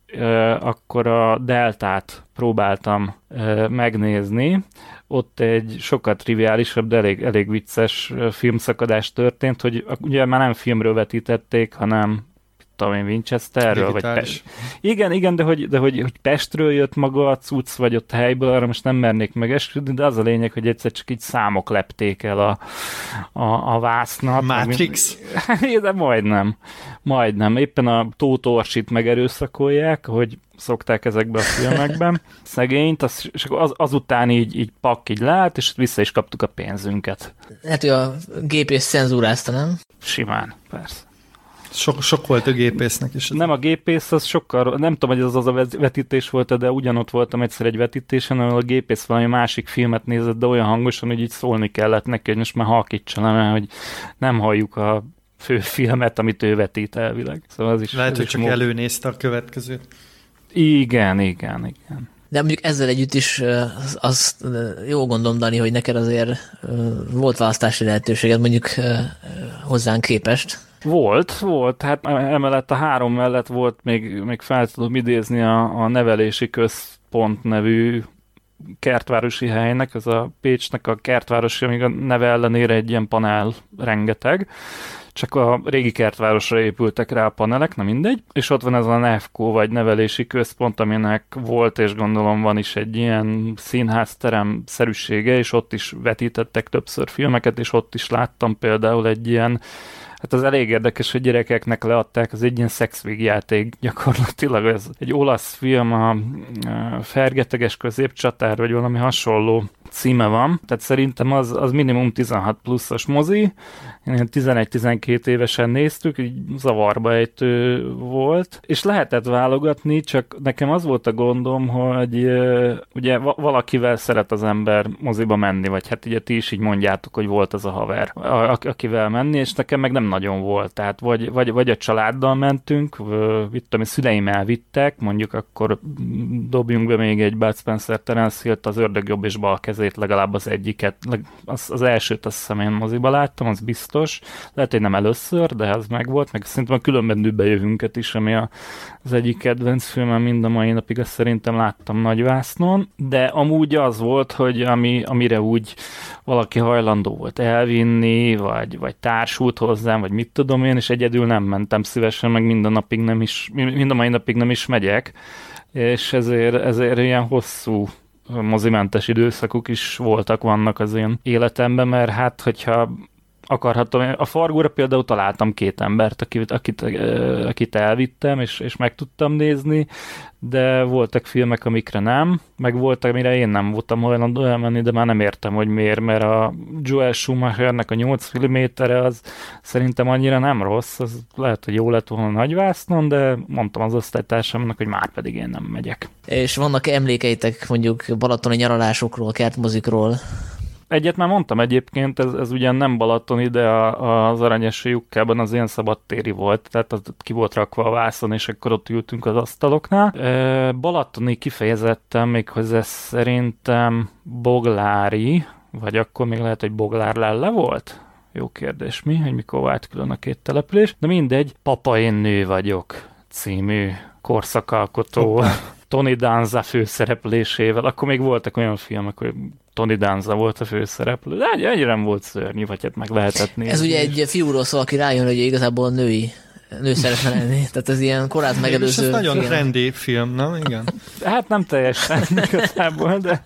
S3: akkor a Deltát próbáltam megnézni. Ott egy sokkal triviálisabb, de elég vicces filmszakadás történt, hogy ugye már nem filmről vetítették, hanem Winchesterről, vagy igen, de hogy Pestről jött maga a cucc, vagy ott helyből, arra most nem mernék megesküdni, de az a lényeg, hogy egyszer csak így számok lepték el a vásznat.
S2: Matrix?
S3: De majdnem. Éppen a Tóth Orsit megerőszakolják, hogy szokták ezekbe a filmekben. Szegényt, és azután így pak így leállt, és vissza is kaptuk a pénzünket.
S1: Hát, hogy a gépész cenzúrázta, nem?
S3: Simán, persze.
S2: Sok volt a gépésznek is.
S3: Nem, a gépész az sokkal, nem tudom, hogy az a vetítés volt, de ugyanott voltam egyszer egy vetítésen, ahol a gépész valami másik filmet nézett, de olyan hangosan, hogy így szólni kellett neki, hogy most már halkítsa le, mert hogy nem halljuk a fő filmet, amit ő vetít elvileg. Szóval az is,
S2: lehet, hogy csak előnézte a következőt.
S3: Igen.
S1: De mondjuk ezzel együtt is azt jól gondolom, Dani, hogy neked azért volt választási lehetőséged mondjuk hozzánk képest.
S3: Volt, hát emellett a 3 mellett volt még fel tudom idézni a Nevelési Központ nevű kertvárosi helynek, ez a Pécsnek a kertvárosi, amíg a neve ellenére egy ilyen panel rengeteg, csak a régi kertvárosra épültek rá a panelek, na mindegy, és ott van ez a NEFCO, vagy Nevelési Központ, aminek volt, és gondolom van is egy ilyen színházterem szerűsége, és ott is vetítettek többször filmeket, és ott is láttam például egy ilyen, hát az elég érdekes, hogy gyerekeknek leadták, az egy ilyen szexvígjáték gyakorlatilag. Ez egy olasz film, a Fergeteges középcsatár, vagy valami hasonló címe van. Tehát szerintem az minimum 16 pluszos mozi. Én 11-12 évesen néztük, így zavarba ejtő volt. És lehetett válogatni, csak nekem az volt a gondom, hogy ugye valakivel szeret az ember moziba menni, vagy hát ugye ti is így mondjátok, hogy volt az a haver, akivel menni, és nekem meg nem nagyon volt. Tehát vagy a családdal mentünk, a szüleim elvittek, mondjuk akkor dobjunk be még egy Bud Spencer Terence Hill-t, az Ördög jobb és bal kezét, legalább az egyiket, az elsőt azt hiszem én moziba láttam, az biztos. Lehet, hogy nem először, de ez megvolt, meg szerintem a Különben Dübbejövünket is, ami az egyik kedvenc filmem mind a mai napig, azt szerintem láttam nagyvásznon, de amúgy az volt, hogy amire úgy valaki hajlandó volt elvinni, vagy társult hozzám, vagy mit tudom én, és egyedül nem mentem szívesen, meg mind a mai napig nem is megyek, és ezért ilyen hosszú mozimentes időszakuk is vannak az én életemben, mert hát, hogyha akarhatom, a Fargóra például találtam 2 embert, akit elvittem, és meg tudtam nézni, de voltak filmek, amikre nem, meg voltak, amire én nem voltam hajlandó elmenni, de már nem értem, hogy miért, mert a Joel Schumachernek a 8 mm-e az szerintem annyira nem rossz, az lehet, hogy jó lett volna nagyvásznon, de mondtam az osztálytársamnak, hogy már pedig én nem megyek.
S1: És vannak emlékeitek mondjuk balatoni nyaralásokról, kertmozikról?
S3: Egyet már mondtam egyébként, ez ugyan nem balatoni, de az Aranyeső Jukkában az ilyen szabadtéri volt, tehát az ki volt rakva a vászon, és akkor ott ültünk az asztaloknál. Balatoni kifejezetten méghozzá szerintem Boglári, vagy akkor még lehet, hogy Boglár Lelle volt? Jó kérdés hogy mikor vált külön a 2 település. De mindegy, Papa, én nő vagyok című korszakalkotó Tony Danza főszereplésével. Akkor még voltak olyan filmek, hogy Tony Danza volt a főszereplő, de egyre nem volt szörnyű, vagy hát meg lehetett nézni.
S1: Ez ugye egy fiúról szól, aki rájön, hogy igazából nő szeretne lenni. Tehát ez ilyen korát megelőző
S2: film. Ez nagyon
S1: film.
S2: trendy film, nem? Igen.
S3: Hát nem teljesen igazából, de...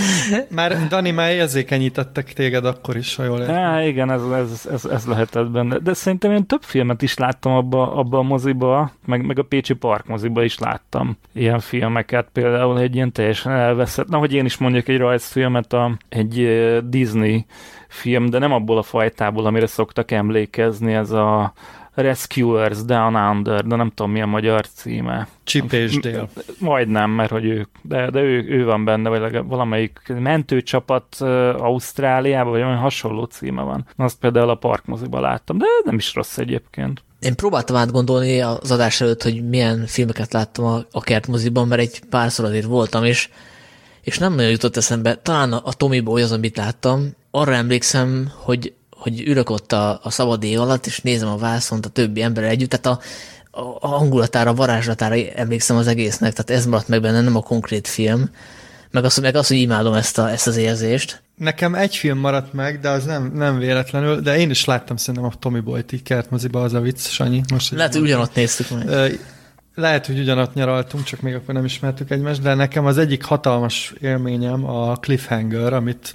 S2: Már Dani, már érzékenyítettek téged akkor is, ha jól értem.
S3: Igen, ez lehetett benne. De szerintem én több filmet is láttam abba a moziba, meg a Pécsi Park moziba is láttam ilyen filmeket. Például egy ilyen teljesen elveszett, hogy én is mondjak egy rajzfilmet, egy Disney film, de nem abból a fajtából, amire szoktak emlékezni, ez a Rescuers Down Under, de nem tudom, mi a magyar címe.
S2: Csip és Dél.
S3: Majdnem, mert hogy de ő van benne, vagy valamelyik mentőcsapat Ausztráliában, vagy olyan hasonló címe van. Azt például a Parkmoziban láttam, de nem is rossz egyébként.
S1: Én próbáltam átgondolni az adás előtt, hogy milyen filmeket láttam a kertmoziban, mert egy párszor azért voltam, és nem nagyon jutott eszembe. Talán a Tommy Boy az, amit láttam. Arra emlékszem, hogy ülök ott a szabad ég alatt, és nézem a vászont a többi emberrel együtt, tehát a hangulatára, a varázslatára emlékszem az egésznek, tehát ez maradt meg benne, nem a konkrét film, meg az, hogy imádom ezt az érzést.
S2: Nekem egy film maradt meg, de az nem véletlenül, de én is láttam szerintem a Tommy Boy-t így kertmoziba, az a vicc, Sanyi.
S1: Lehet, hogy ugyanott néztük meg.
S2: Lehet, hogy ugyanott nyaraltunk, csak még akkor nem ismertük egymást, de nekem az egyik hatalmas élményem a Cliffhanger, amit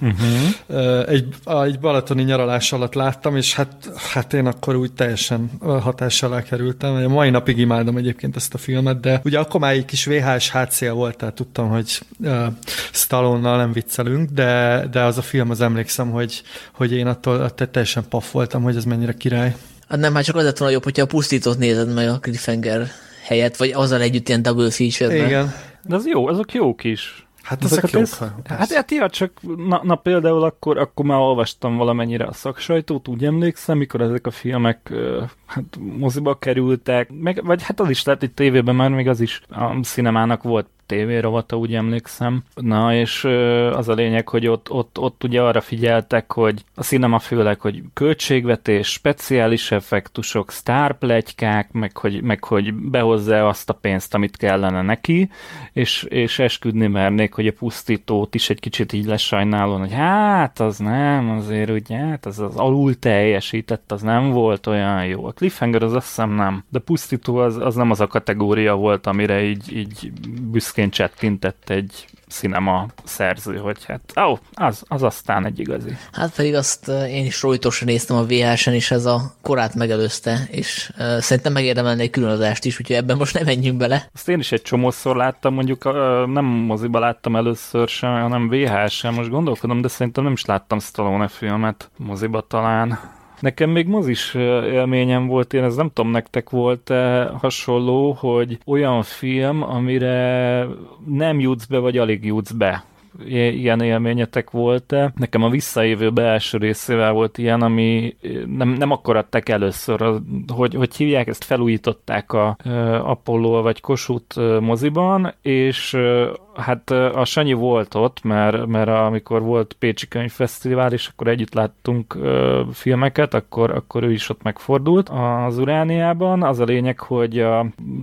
S2: egy balatoni nyaralás alatt láttam, és hát én akkor úgy teljesen hatással alá kerültem. A mai napig imádom egyébként ezt a filmet, de ugye akkor már egy kis VHS hátszél volt, tehát tudtam, hogy Stallone-nal nem viccelünk, de az a film, az emlékszem, hogy én attól teljesen paff voltam, hogy ez mennyire király.
S1: Hát nem, hát csak az lett volna jobb, hogyha a Pusztítót nézed meg a Cliffhanger helyett, vagy azzal együtt ilyen double feature-ben.
S2: Igen.
S3: De az jó, azok jók is.
S2: Hát ezek jók.
S3: Hát csak például akkor már olvastam valamennyire a szaksajtót, úgy emlékszem, mikor ezek a filmek moziba kerültek, vagy hát az is lehet, hogy tévében már még az is a Cinemának volt tévérovata, úgy emlékszem. Na, és az a lényeg, hogy ott ugye arra figyeltek, hogy a Cinema főleg, hogy költségvetés, speciális effektusok, sztárpletykák, meg hogy behozza azt a pénzt, amit kellene neki, és esküdni mernék, hogy a Pusztítót is egy kicsit így lesajnálon, hogy hát az nem, azért ugye, hát az alul teljesített, az nem volt olyan jó. A Cliffhanger az azt hiszem nem, de Pusztító az nem az a kategória volt, amire így büszkén csettintett egy cinema szerző, hogy hát az aztán egy igazi.
S1: Hát pedig azt én is rojtosan néztem a VHS-en, és ez a korát megelőzte, és szerintem megérdemelne egy külön adást is, úgyhogy ebben most nem menjünk bele.
S3: Azt én is egy csomószor láttam, mondjuk nem moziba láttam először sem, hanem VHS-en, most gondolkodom, de szerintem nem is láttam Stallone filmet moziba talán. Nekem még mozis élményem volt, én ez nem tudom, nektek volt-e hasonló, hogy olyan film, amire nem jutsz be, vagy alig jutsz be. Ilyen élményetek volt-e? Nekem a Visszajövőbe első részével volt ilyen, ami nem akkor adták először, hogy hívják, ezt felújították a Apollo vagy Kossuth moziban, és hát a Sanyi volt ott, mert amikor volt Pécsi Könyvfesztivál, és akkor együtt láttunk filmeket, akkor ő is ott megfordult az Urániában. Az a lényeg, hogy a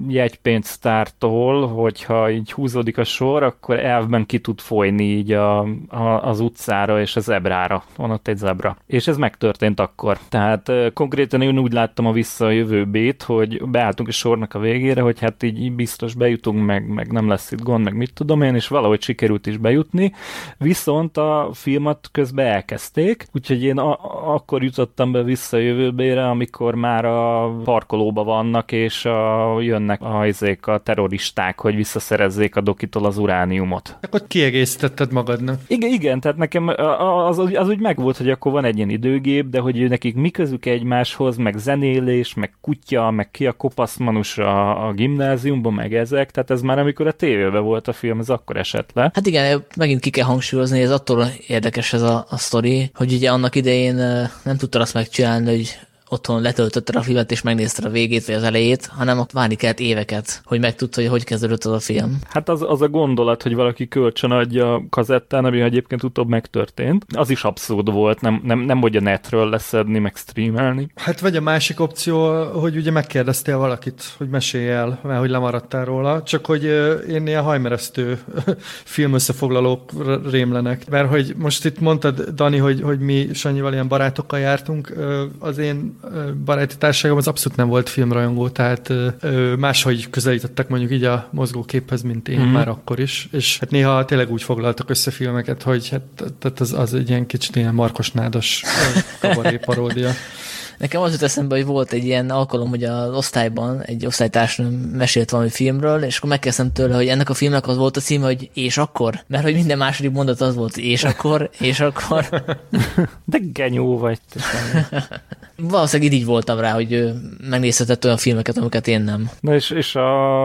S3: jegypénztártól, hogyha így húzódik a sor, akkor elvben ki tud folyni így az utcára és a zebrára. Van ott egy zebra. És ez megtörtént akkor. Tehát konkrétan én úgy láttam a Visszajövőbét, hogy beálltunk a sornak a végére, hogy hát így biztos bejutunk, meg nem lesz itt gond, meg mit tudom én, és valahogy sikerült is bejutni, viszont a filmet közben elkezdték, úgyhogy én akkor jutottam be vissza a jövőbére, amikor már a parkolóba vannak, és jönnek a terroristák, hogy visszaszerezzék a Dokitól az urániumot.
S2: Akkor kiegészítetted magadnak.
S3: Igen, tehát nekem az úgy megvolt, hogy akkor van egy ilyen időgép, de hogy nekik mi közük egymáshoz, meg zenélés, meg kutya, meg ki a kopaszmanus a gimnáziumban, meg ezek, tehát ez már amikor a tévében volt a film, ez akkor esett le.
S1: Hát igen, megint ki kell hangsúlyozni, ez attól érdekes ez a sztori, hogy ugye annak idején nem tudtad azt megcsinálni, hogy otthon letöltötted a filmet, és megnézted a végét, vagy az elejét, hanem ott várni kellett éveket, hogy megtudta, hogy kezdődött az a film.
S3: Hát az a gondolat, hogy valaki kölcsön adja a kazettán, ami egyébként utóbb megtörtént, az is abszurd volt, nem hogy a netről leszedni, meg streamelni.
S2: Hát vagy a másik opció, hogy ugye megkérdeztél valakit, hogy mesélj el, mert hogy lemaradtál róla, csak hogy én ilyen hajmeresztő filmösszefoglalók rémlenek. Mert hogy most itt mondtad, Dani, hogy mi Sanyival ilyen barátokkal jártunk, az én baráti társaságom az abszolút nem volt filmrajongó, tehát máshogy közelítettek mondjuk így a mozgóképhez, mint én már akkor is, és hát néha tényleg úgy foglaltak össze filmeket, hogy hát tehát az egy ilyen kicsit ilyen markosnádas kabaré paródia.
S1: Nekem az jut eszembe, hogy volt egy ilyen alkalom, hogy az osztályban egy osztálytársnőm mesélt valami filmről, és akkor megkezdtem tőle, hogy ennek a filmnek az volt a címe, hogy És akkor? Mert hogy minden második mondat az volt, és akkor, és akkor.
S3: De genyó vagy.
S1: Valószínűleg így voltam rá, hogy megnézhetett olyan filmeket, amiket én nem.
S3: Na és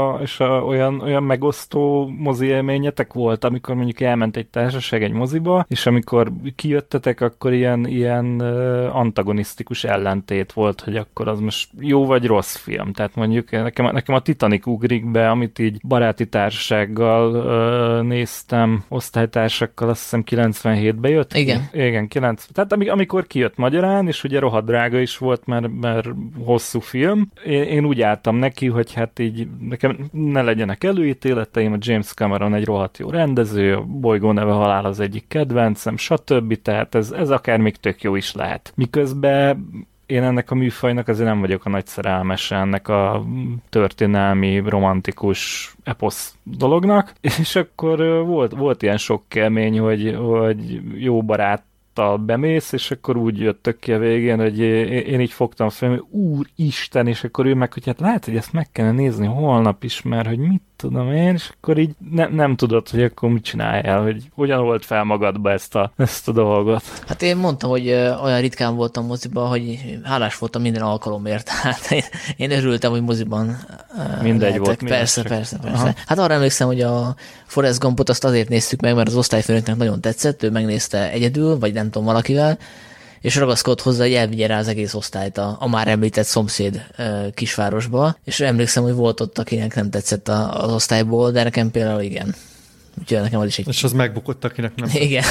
S3: olyan megosztó mozi élményetek volt, amikor mondjuk elment egy társaság egy moziba, és amikor kijöttetek, akkor ilyen antagonisztikus ellentét volt, hogy akkor az most jó vagy rossz film. Tehát mondjuk nekem a Titanic ugrik be, amit így baráti társasággal néztem, osztálytársakkal, azt hiszem 97-be jött.
S1: Igen.
S3: Igen, 90. Tehát amikor kijött magyarán, és ugye rohadt drága is volt, mert hosszú film. Én úgy álltam neki, hogy hát így nekem ne legyenek előítéleteim, a James Cameron egy rohadt jó rendező, a Bolygó neve halál az egyik kedvencem, stb. Tehát ez akár még tök jó is lehet. Miközben én ennek a műfajnak azért nem vagyok a nagy szerelmese, ennek a történelmi, romantikus eposz dolognak, és akkor volt ilyen sok kelmény, hogy jó barát bemész, és akkor úgy jöttök ki a végén, hogy én így fogtam fel, hogy úristen, és akkor ő meg, hogy hát lehet, hogy ezt meg kellene nézni holnap is, mert hogy mit tudom én, és akkor így nem tudod, hogy akkor mit csináljál, hogy hogyan volt fel magadba ezt a dolgot.
S1: Hát én mondtam, hogy olyan ritkán voltam moziban, hogy hálás voltam minden alkalomért. Hát én örültem, hogy moziban
S3: mindegy volt.
S1: Persze. Aha. Hát arra emlékszem, hogy a Forrest Gumpot azt azért néztük meg, mert az osztályfőnöknek nagyon tetszett, ő megnézte egyedül, vagy nem tudom, valakivel, és ragaszkodott hozzá, hogy elvigye rá az egész osztályt a már említett szomszéd kisvárosba, és emlékszem, hogy volt ott, akinek nem tetszett az osztályból, de nekem például igen. Úgyhogy nekem az is egy...
S2: És az megbukott, akinek nem.
S1: Igen.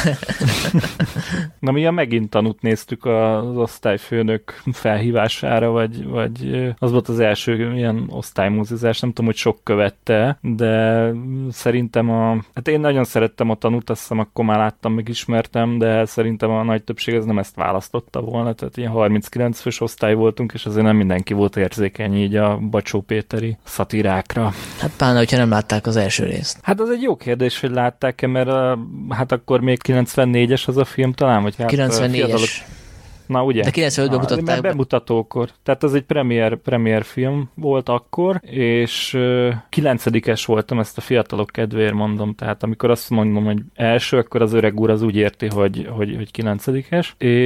S3: Na mi megint tanút néztük az osztályfőnök felhívására, vagy az volt az első ilyen osztálymozizás, nem tudom, hogy sok követte, de szerintem hát én nagyon szerettem a tanút, azt hiszem akkor már láttam, megismertem, de szerintem a nagy többség ez nem ezt választotta volna, tehát ilyen 39 fős osztály voltunk, és azért nem mindenki volt érzékeny így a Bacsó Péteri szatirákra.
S1: Hát pláne, hogyha nem látták az első részt.
S3: Hát az egy jó kérdés, hogy látták-e, mert hát akkor még 94-es az a film talán, vagy hát
S1: 94-es.
S3: Na ugye?
S1: De 95-ben mutatták be.
S3: Bemutatókor. Tehát az egy premier film volt akkor, és 9-es voltam, ezt a fiatalok kedvéért mondom, tehát amikor azt mondom, hogy első, akkor az öreg úr az úgy érti, hogy 9-es,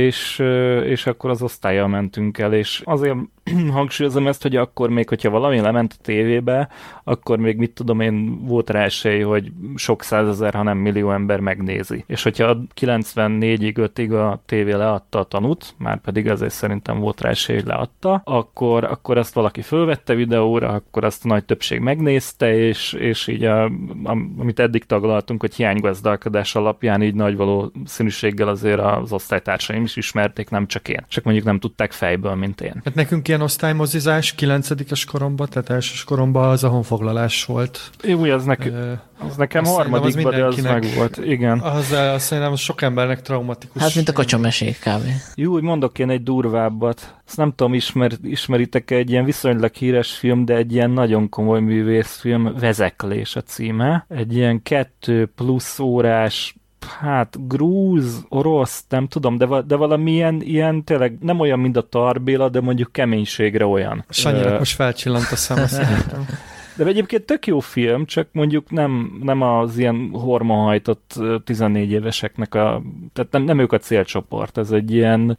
S3: és akkor az osztállyal mentünk el, és azért hangsúlyozom ezt, hogy akkor még, hogyha valami lement a tévébe, akkor még mit tudom én, volt rá esély, hogy sok százezer, ha nem millió ember megnézi. És hogyha 94-ig, 5-ig a tévé leadta a tanút, már pedig azért szerintem volt rá esély, hogy leadta, akkor azt valaki fölvette videóra, akkor azt a nagy többség megnézte, és így amit eddig taglaltunk, hogy hiánygazdálkodás alapján így nagy valószínűséggel azért az osztálytársaim is ismerték, nem csak én. Csak mondjuk nem tudták fejből, mint én.
S2: Hát nekünk ilyen osztálymozizás 9-es koromban, tehát elsős koromban az a honfoglalás volt.
S3: Jó, az nekem harmadikban, de az meg volt. Igen.
S2: Azt szerintem sok embernek traumatikus.
S1: Hát, mint a kacsamesék kb.
S3: Jó, mondok én egy durvábbat. Ezt nem tudom, ismeritek-e, egy ilyen viszonylag híres film, de egy ilyen nagyon komoly művészfilm, Vezeklés a címe. Egy ilyen 2+ órás, hát grúz, orosz, nem tudom, de valami ilyen tényleg nem olyan, mint a Tarbéla, de mondjuk keménységre olyan.
S2: Sanyinak most felcsillant a szeme, szerintem.
S3: De egyébként tök jó film, csak mondjuk nem az ilyen hormonhajtott 14 éveseknek tehát nem ők a célcsoport, ez egy ilyen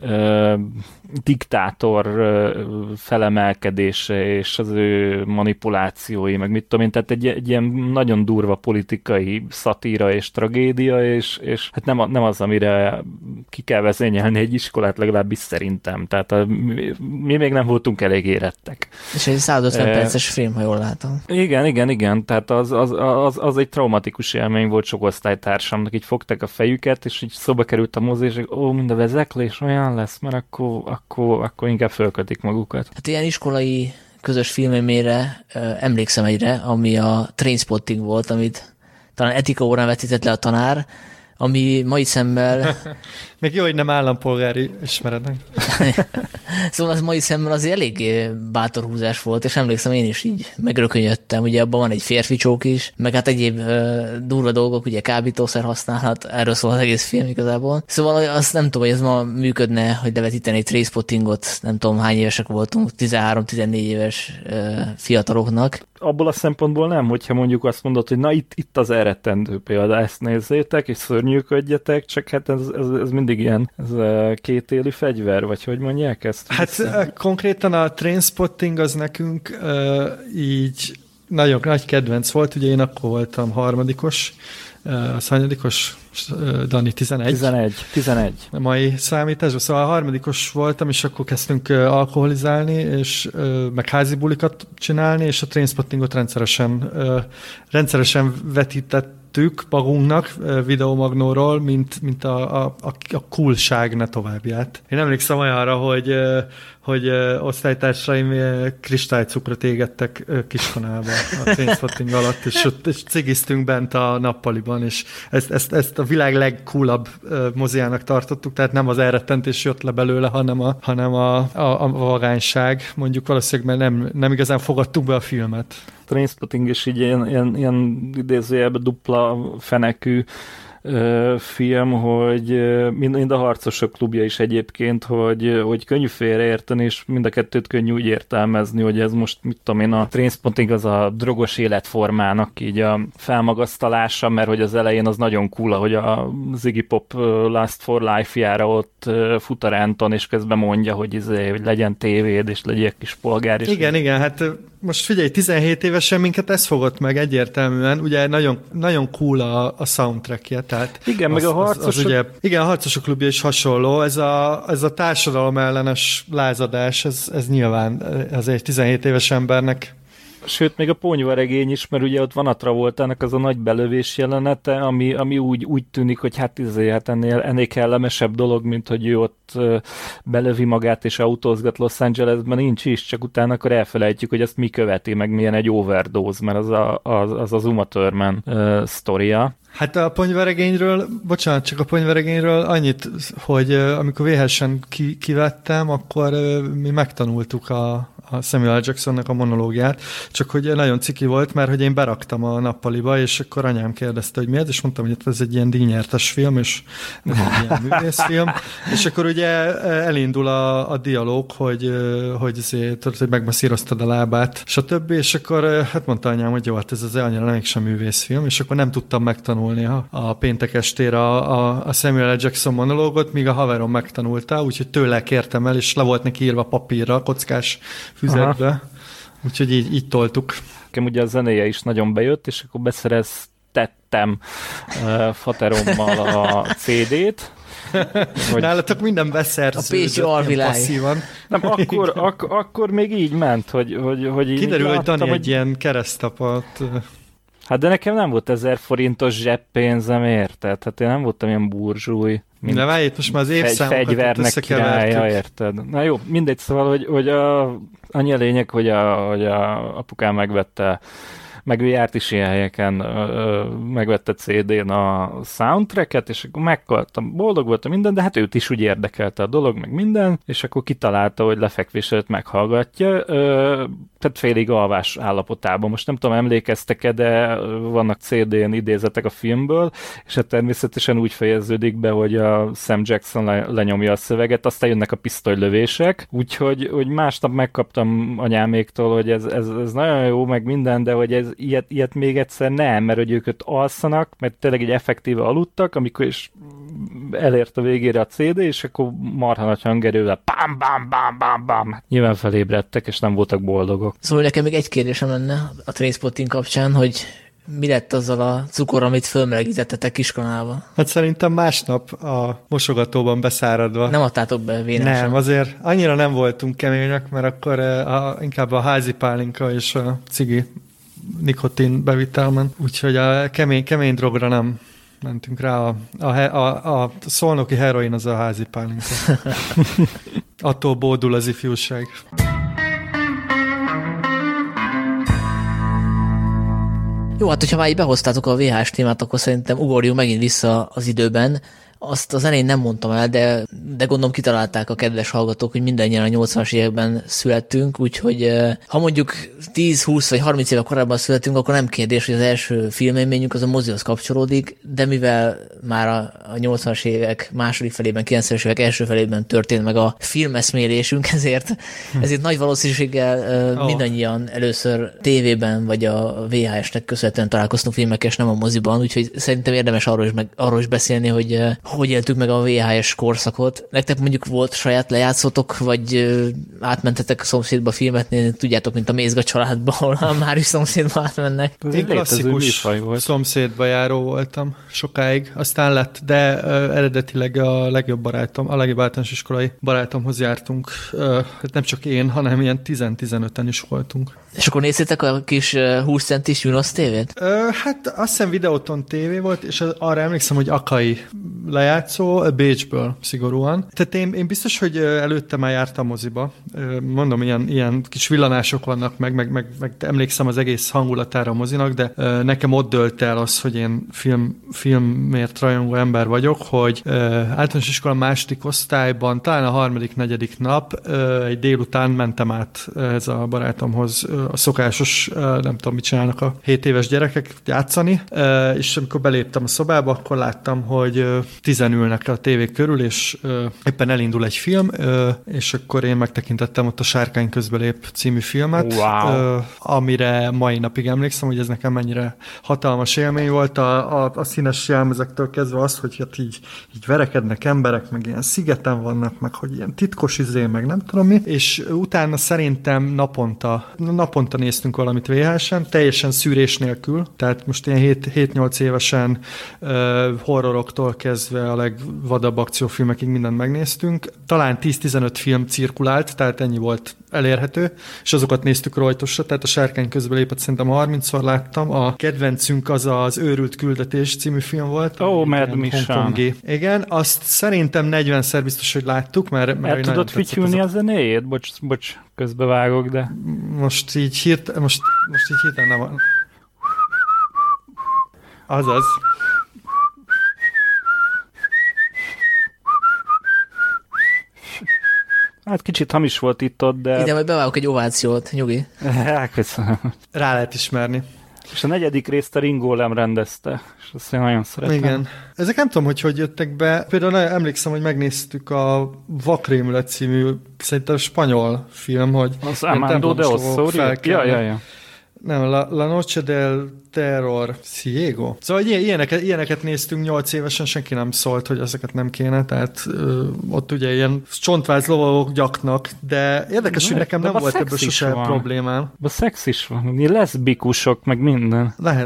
S3: diktátor felemelkedése és az ő manipulációi, meg mit tudom én, tehát egy ilyen nagyon durva politikai szatíra és tragédia, és hát nem az, amire ki kell vezényelni egy iskolát, legalábbis szerintem. Tehát mi még nem voltunk elég érettek.
S1: És egy 150 perces film, ha jól látom.
S3: Igen, tehát az egy traumatikus élmény volt sok osztálytársamnak, így fogták a fejüket, és így szóba került a mozi, és mind a Vezeklés olyan lesz, mert akkor inkább fölkötik magukat.
S1: Hát ilyen iskolai közös filmemére emlékszem egyre, ami a Trainspotting volt, amit talán etika órán vetített le a tanár, ami mai szemmel...
S2: Még jó, hogy nem állampolgári ismeretnek.
S1: Szóval az mai szemmel azért eléggé bátor húzás volt, és emlékszem, én is így megrökönyödtem. Ugye abban van egy férfi csók is, meg hát egyéb durva dolgok, ugye kábítószer használat, erről szól az egész film igazából. Szóval azt nem tudom, hogy ez ma működne, hogy levetíteni egy Trainspottingot, nem tudom hány évesek voltunk, 13-14 éves fiataloknak.
S3: Abból a szempontból nem, hogyha mondjuk azt mondod, hogy na itt az elrettentő példa, ezt nézzétek, és szörnyűködjetek, csak hát ez mindig ilyen, ez kétélű fegyver, vagy hogy mondják ezt?
S2: Hát konkrétan a Trainspotting az nekünk így nagyon nagy kedvenc volt, ugye én akkor voltam harmadikos, az hanyadikos, Dani, 11. Mai számításban, szóval harmadikos voltam, és akkor kezdtünk alkoholizálni, és meg házi bulikat csinálni, és a Trainspottingot rendszeresen vetítettük magunknak videomagnóról, mint a coolság ne továbbját. Én emlékszem olyanra, hogy osztálytársaim kristálycukrot égettek Kiskanálba a Trainspotting alatt, és cigiztünk bent a nappaliban, és ezt a világ legcoolabb moziának tartottuk, tehát nem az elrettentés jött le belőle, hanem a vagányság. Mondjuk valószínűleg, mert nem igazán fogadtuk be a filmet.
S3: Trainspotting is így ilyen idézőjelben dupla fenekű film, hogy mind a Harcosok klubja is egyébként, hogy könnyű félreérteni, és mind a kettőt könnyű úgy értelmezni, hogy ez most, mit tudom én, a Trainspotting az a drogos életformának így a felmagasztalása, mert hogy az elején az nagyon cool, hogy a Ziggy Pop Last for Life-jára ott fut a ránton, és közben mondja, hogy legyen tévéd, és legyél kis polgár. És
S2: igen, hát most figyelj, 17 évesen minket ez fogott meg egyértelműen, ugye nagyon, nagyon cool a soundtrackje, tehát
S3: igen, meg a Harcosok...
S2: Igen, a Harcosok klubja is hasonló, ez a társadalom ellenes lázadás, ez nyilván az egy 17 éves embernek.
S3: Sőt, még a Ponyvaregény is, mert ugye ott van a Travoltának az a nagy belövés jelenete, ami úgy tűnik, hogy hát ennél kellemesebb dolog, mint hogy ő ott belövi magát és autózgat Los Angelesben, nincs is, csak utána akkor elfelejtjük, hogy ezt mi követi, meg milyen egy overdose, mert az Uma Thurman sztoria.
S2: Hát a Ponyvaregényről, bocsánat, csak a Ponyvaregényről annyit, hogy amikor véhesen kivettem, akkor mi megtanultuk a Samuel Jacksonnak a monológiát, csak hogy nagyon ciki volt, mert hogy én beraktam a nappaliba, és akkor anyám kérdezte, hogy miért, és mondtam, hogy ez egy ilyen díjnyertes film, és nem egy ilyen művészfilm, és akkor ugye elindul a dialóg, hogy megmasszíroztad a lábát, stb. És akkor hát mondta anyám, hogy jó, hát ez az annyira nem sem művészfilm, és akkor nem tudtam megtanulni a péntek estére a Samuel Jackson monológot, míg a haverom megtanulta, úgyhogy tőle kértem el, és le volt neki írva papírra, kockás füzetbe. Aha. Úgyhogy így toltuk.
S3: Nekem ugye a zenéje is nagyon bejött, és akkor beszereztettem faterommal a CD-t.
S2: Nálatok minden beszerződött.
S1: A Pécsi alvilág.
S3: Nem, akkor még így ment, hogy így
S2: kiderül, hogy Dani egy ilyen keresztapat.
S3: Hát de nekem nem volt 1000 forintos zseppénzem, érted? Hát én nem voltam ilyen burzsúj.
S2: De várj, most már az évszámokat
S3: fegyvernek királya, érted? Na jó, mindegy, szóval, hogy annyi a lényeg, hogy a apukám megvette, meg ő járt is ilyen helyeken, megvette CD-n a soundtracket, és akkor meghaltam, boldog voltam minden, de hát őt is úgy érdekelte a dolog, meg minden, és akkor kitalálta, hogy lefekvés előtt meghallgatja, tehát félig alvás állapotában. Most nem tudom, emlékeztek-e, de vannak CD-n idézetek a filmből, és hát természetesen úgy fejeződik be, hogy a Sam Jackson lenyomja a szöveget, aztán jönnek a pisztolylövések, úgyhogy másnap megkaptam anyáméktól, hogy ez nagyon jó, meg minden, de hogy ez ilyet még egyszer nem, mert hogy ők ott alszanak, mert tényleg így effektíve aludtak, amikor is elért a végére a CD, és akkor marha nagy hangerővel bám, bám, bám, bám, bám. Nyilván felébredtek, és nem voltak boldogok.
S1: Szóval nekem még egy kérdésem lenne a Trainspotting kapcsán, hogy mi lett azzal a cukor, amit fölmelegítettetek Kiskanálba?
S2: Hát szerintem másnap a mosogatóban beszáradva.
S1: Nem adtátok be vénásan?
S2: Nem, azért annyira nem voltunk kemények, mert akkor inkább a házi pálinka és a cigi nikotin bevitelmen. Úgyhogy a kemény drogra nem mentünk rá. A szolnoki heroin az a házi pálinka. Attól bódul az ifjúság.
S1: Jó, hát hogyha már így behoztátok a VHS témát, akkor szerintem ugorjunk megint vissza az időben. Azt az elején nem mondtam el, de gondolom kitalálták a kedves hallgatók, hogy mindannyian a 80-as években születtünk, úgyhogy ha mondjuk 10, 20 vagy 30 éve korábban születünk, akkor nem kérdés, hogy az első filmélményünk az a mozihoz kapcsolódik, de mivel már a 80-as évek második felében, 90-es évek első felében történt meg a filmeszmélésünk, ezért nagy valószínűséggel mindannyian először tévében vagy a VHS-nek köszönhetően találkoztunk filmekkel, és nem a moziban, úgyhogy szerintem érdemes arról is beszélni, hogy éltük meg a VHS korszakot. Nektek mondjuk volt saját lejátszótok, vagy átmentetek a szomszédba filmet nézni, tudjátok, mint a Mézga családban, ahol a Máris szomszédba átmennek.
S2: Én klasszikus szomszédba járó voltam sokáig, aztán lett, de eredetileg a legjobb általános iskolai barátomhoz jártunk. Nem csak én, hanem ilyen 10-15-en is voltunk.
S1: És akkor néztétek a kis 20 centis Junos tévét?
S2: Hát azt hiszem Videóton tévé volt, és arra emlékszem, hogy Akai lejátszó, Bécsből szigorúan. Tehát én biztos, hogy előtte már jártam moziba. Mondom, ilyen kis villanások vannak meg emlékszem az egész hangulatára a mozinak, de nekem ott dölt el az, hogy én filmért rajongó ember vagyok, hogy általános iskola második osztályban, talán a harmadik-negyedik nap egy délután mentem át ez a barátomhoz a szokásos, nem tudom, mit csinálnak a 7 éves gyerekek, játszani, és amikor beléptem a szobába, akkor láttam, hogy 10 ülnek a tévé körül, és éppen elindul egy film, és akkor én megtekintettem ott a Sárkány közbelép című filmet,
S3: wow.
S2: Amire mai napig emlékszem, hogy ez nekem mennyire hatalmas élmény volt, a színes jelmezektől kezdve azt, hogy hát így verekednek emberek, meg ilyen szigeten vannak, meg hogy ilyen titkos meg nem tudom mi, és utána szerintem naponta néztünk valamit VHS-en, teljesen szűrés nélkül, tehát most ilyen 7-8 évesen horroroktól kezdve a legvadabb akciófilmekig mindent megnéztünk. Talán 10-15 film cirkulált, tehát ennyi volt elérhető, és azokat néztük rajtosra, tehát a Sárkány közbelépet szerintem 30-szor láttam. A kedvencünk az Őrült küldetés című film volt.
S3: Mad Mission.
S2: Igen, azt szerintem 40-szer biztos, hogy láttuk, mert
S3: el tudod fütyülni a zenéjét? Bocs, közbevágok, de...
S2: Most így hirtelen nem... Azaz.
S3: Hát kicsit hamis volt itt-ott, de...
S1: Ide majd bevágok egy ovációt, nyugi.
S3: Köszönöm.
S2: Rá lehet ismerni.
S3: És a 4. részt a Ringo Lam rendezte, és azt én nagyon szeretem.
S2: Igen. Ezek nem tudom, hogy jöttek be. Például emlékszem, hogy megnéztük a Vakrémület című, szerintem spanyol film, hogy...
S3: Az Armando de Ossori? Ja.
S2: Nem, La Noche del Terror Ciego. Szóval ilyeneket néztünk 8 évesen, senki nem szólt, hogy ezeket nem kéne, tehát ott ugye ilyen csontváz lovagok gyaknak, de érdekes, hogy nekem nem volt ebből sose problémám.
S3: A szex is van, leszbikusok, meg minden.
S2: Lehet.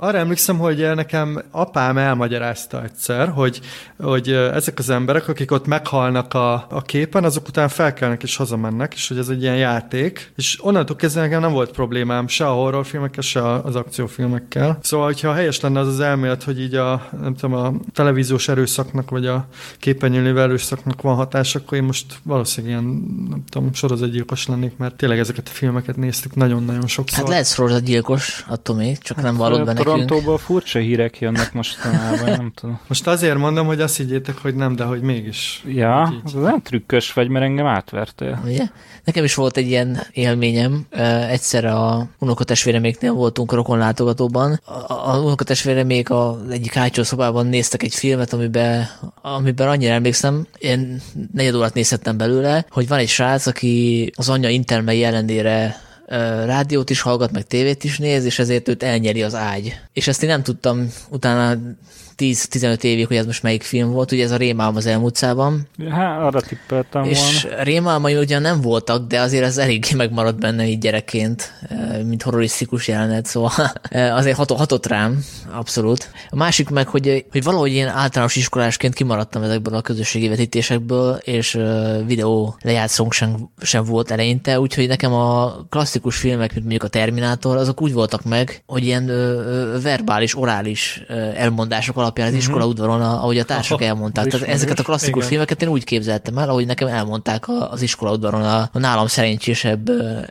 S2: Arra emlékszem, hogy nekem apám elmagyarázta egyszer, hogy ezek az emberek, akik ott meghalnak a képen, azok után felkelnek és hazamennek, és hogy ez egy ilyen játék, és onnantól kezdve nekem nem volt problémám se a horrorfilmekkel, se az akciófilmekkel. Szóval, hogyha helyes lenne az elmélet, hogy így nem tudom, a televíziós erőszaknak, vagy a képernyőn lévő erőszaknak van hatás, akkor én most valószínűleg ilyen, nem tudom, sorozatgyilkos lennék, mert tényleg ezeket a filmeket néztük nagyon-nagyon sokszor.
S1: Hát lehet sorozatgyilkos, attól még, csak nem vallod be nekünk.
S3: Torontóból furcsa hírek jönnek mostanában, nem tudom.
S2: Most azért mondom, hogy azt higgyétek, hogy nem, de hogy mégis.
S3: Ja, az nem trükkös vagy, mert engem átvertél.
S1: Ugye? Nekem is volt egy ilyen élményem. Egyszer a unokatestvéreméknél voltunk a rokonlátogatóban. A unokatestvéremék az egyik hátsó szobában néztek egy filmet, amiben annyira emlékszem, én 4 órát nézhettem belőle, hogy van egy srác, aki az anyja intermei ellenére rádiót is hallgat, meg tévét is néz, és ezért őt elnyeri az ágy. És ezt én nem tudtam utána 10-15 évig, hogy ez most melyik film volt, ugye ez a Rémálom az elmúltában.
S3: Hát, arra tippeltem volna.
S1: És rémálmai ugyan nem voltak, de azért ez eléggé megmaradt benne így gyerekként, mint horrorisztikus jelenet, szóval azért hatott rám, abszolút. A másik meg, hogy valahogy ilyen általános iskolásként kimaradtam ezekből a közösségi vetítésekből, és videó lejátszónk sem volt eleinte, úgyhogy nekem a klasszikus filmek, mint mondjuk a Terminátor, azok úgy voltak meg, hogy ilyen verbális, orális elmondások alapján az iskola udvaron, ahogy a társak elmondták. Tehát ezeket a klasszikus filmeket én úgy képzeltem el, ahogy nekem elmondták az iskola udvaron a nálam szerencsésebb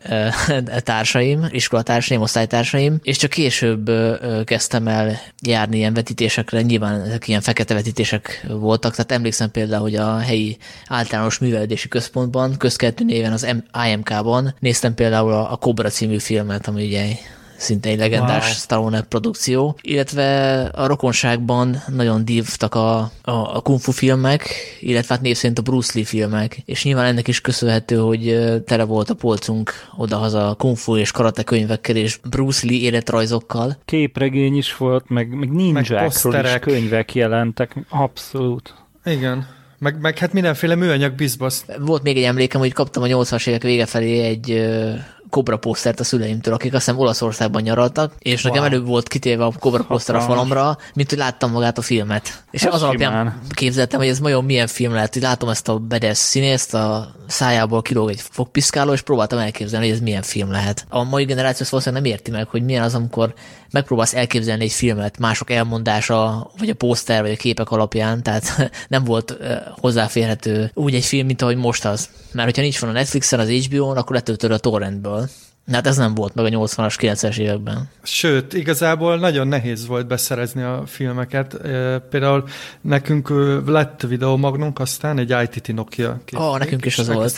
S1: társaim, iskolatársaim, osztálytársaim, és csak később kezdtem el járni ilyen vetítésekre, nyilván ezek ilyen fekete vetítések voltak, tehát emlékszem például, hogy a helyi általános művelődési központban, közkeletű néven az IMK-ban néztem például a Cobra című filmet, ami ugye szintén egy legendás Stallone produkció, illetve a rokonságban nagyon dívtak a kung fu filmek, illetve hát név szerint a Bruce Lee filmek, és nyilván ennek is köszönhető, hogy tele volt a polcunk odahaza kung fu és karate könyvekkel és Bruce Lee életrajzokkal.
S3: Képregény is volt, meg ninjákról is könyvek jelentek, abszolút.
S2: Igen. Meg hát mindenféle műanyag bizbasz.
S1: Volt még egy emlékem, hogy kaptam a 80-as évek vége felé egy Cobra posztert a szüleimtől, akik azt hiszem Olaszországban nyaraltak, és nekem előbb volt kitéve a Cobra poszter a falamra, mint hogy láttam magát a filmet. És az alapján képzeltem, hogy ez nagyon milyen film lehet, hogy látom ezt a bedesz színészt, a szájából kilóg egy fogpiszkáló, és próbáltam elképzelni, hogy ez milyen film lehet. A mai generáció valószínűleg nem érti meg, hogy milyen az, amikor megpróbálsz elképzelni egy filmet mások elmondása, vagy a pószter, vagy a képek alapján, tehát nem volt hozzáférhető úgy egy film, mint ahogy most az. Mert hogyha nincs van a Netflixen, az HBO-n, akkor letöltöd a torrentből. Hát ez nem volt meg a 80-as, 90-es években.
S2: Sőt, igazából nagyon nehéz volt beszerezni a filmeket. Például nekünk lett videómagnunk, aztán egy ITT Nokia.
S1: Nekünk is az volt.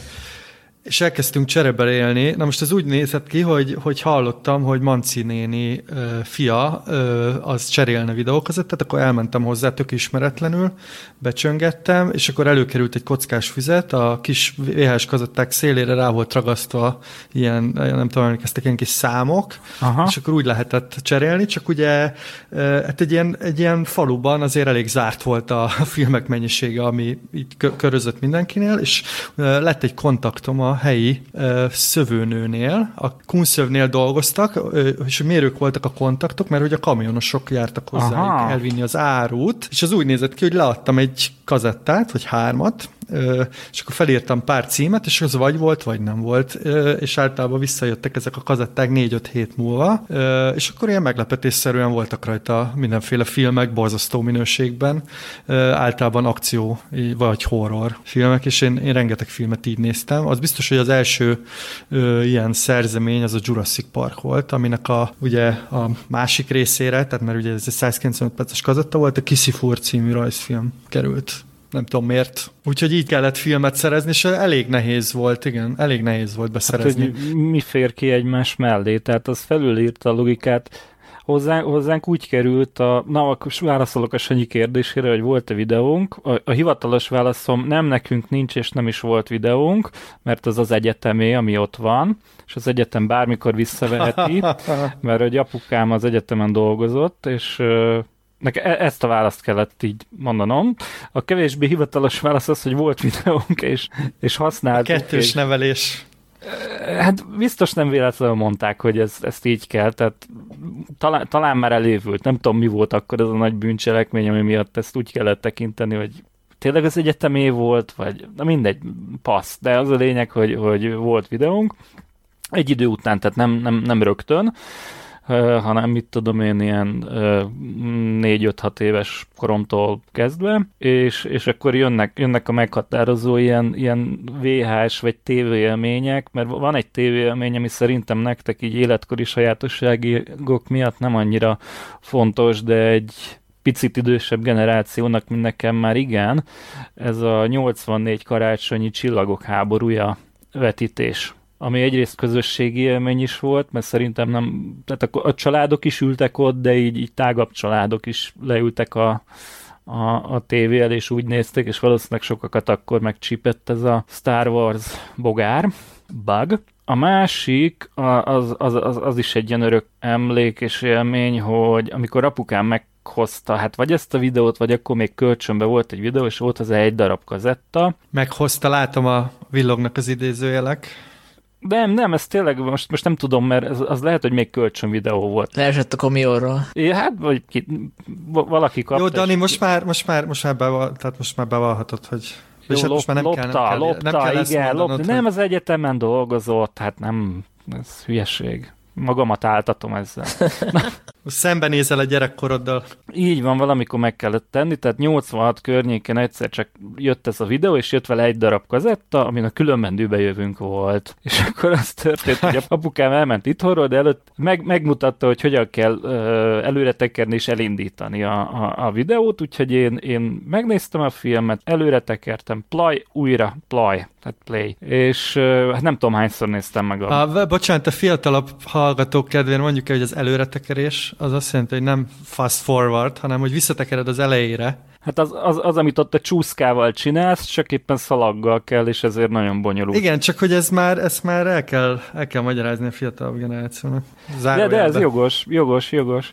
S2: És elkezdtünk cserébe élni. Na most ez úgy nézett ki, hogy hallottam, hogy Manci néni fia az cserélne videókazettát, akkor elmentem hozzá tök ismeretlenül, becsöngettem, és akkor előkerült egy kockás füzet, a kis VHS kazetták szélére rá volt ragasztva ilyen, nem tudom, emlékeztek, ilyen kis számok, és akkor úgy lehetett cserélni, csak ugye hát egy ilyen faluban azért elég zárt volt a filmek mennyisége, ami így körözött mindenkinél, és lett egy kontaktom a helyi szövőnőnél, a kunszövnél dolgoztak, és mérők voltak a kontaktok, mert hogy a kamionosok jártak hozzá elvinni az árut, és az úgy nézett ki, hogy leadtam egy kazettát, vagy 3, és akkor felírtam pár címet, és az vagy volt, vagy nem volt, és általában visszajöttek ezek a kazetták 4-5 hét múlva, és akkor ilyen meglepetésszerűen voltak rajta mindenféle filmek, borzasztó minőségben, általában akció vagy horror filmek, és én rengeteg filmet így néztem. Az biztos, hogy az első ilyen szerzemény az a Jurassic Park volt, aminek ugye a másik részére, tehát mert ugye ez egy 195 perces kazetta volt, a Kisifur című rajzfilm került. Nem tudom miért. Úgyhogy így kellett filmet szerezni, és elég nehéz volt, igen, elég nehéz volt beszerezni.
S3: Hát, hogy mi fér ki egymás mellé, tehát az felülírta a logikát. Hozzánk úgy került na, akkor válaszolok a Sanyi kérdésére, hogy volt-e videónk. A hivatalos válaszom nem, nekünk nincs, és nem is volt videónk, mert az egyetemé, ami ott van, és az egyetem bármikor visszaveheti, mert hogy apukám az egyetemen dolgozott, és ezt a választ kellett így mondanom. A kevésbé hivatalos válasz az, hogy volt videónk, és használtuk.
S2: A kettős nevelés.
S3: Hát biztos nem véletlenül mondták, hogy ezt így kell, tehát talán már elévült, nem tudom mi volt akkor ez a nagy bűncselekmény, ami miatt ezt úgy kellett tekinteni, hogy tényleg az egyetemé volt, vagy na mindegy, passz, de az a lényeg, hogy volt videónk, egy idő után, tehát nem rögtön, hanem mit tudom én, ilyen 4-5-6 éves koromtól kezdve, és akkor jönnek a meghatározó ilyen VHS vagy TV élmények, mert van egy TV élmény, ami szerintem nektek így életkori sajátosságok miatt nem annyira fontos, de egy picit idősebb generációnak, mint nekem már igen, ez a 84 karácsonyi Csillagok háborúja vetítés, ami egyrészt közösségi élmény is volt, mert szerintem nem, tehát a családok is ültek ott, de így tágabb családok is leültek a tévé elé, és úgy nézték, és valószínűleg sokakat akkor megcsípett ez a Star Wars bogár, bug. A másik, az is egy ilyen örök emlék és élmény, hogy amikor apukám meghozta, hát vagy ezt a videót, vagy akkor még kölcsönbe volt egy videó, és volt az egy darab kazetta.
S2: Meghozta, látom a villognak az idézőjelek.
S3: Nem, ez tényleg most nem tudom, mert az lehet, hogy még kölcsön videó volt.
S1: Leesett a Commodore-ról.
S3: Hát, vagy valaki kapta.
S2: Jó, Dani, most már bevallhatod, hogy...
S3: Jó,
S2: most már nem kell
S3: Nem, az egyetemen dolgozott, hát nem, ez hülyeség. Magamat áltatom ezzel.
S2: Szembenézel a gyerekkoroddal.
S3: Így van, valamikor meg kellett tenni, tehát 86 környéken egyszer csak jött ez a videó, és jött vele egy darab kazetta, amin a különbendőbe jövünk volt. És akkor az történt, hogy apukám elment itthonról, de előtt megmutatta, hogy hogyan kell előre tekerni és elindítani a videót, úgyhogy én megnéztem a filmet, előre tekertem, újra play, tehát play. És hát nem tudom, hányszor néztem meg
S2: bocsánat, a fiatalabb hallgatók kedvén mondjuk el, hogy az előretekerés az azt jelenti, hogy nem fast forward, hanem hogy visszatekered az elejére.
S3: Hát az, amit ott a csúszkával csinálsz, csak éppen szalaggal kell, és ezért nagyon bonyolult.
S2: Igen, csak hogy ezt már el kell magyarázni a fiatalabb generációnak.
S3: De ez jogos.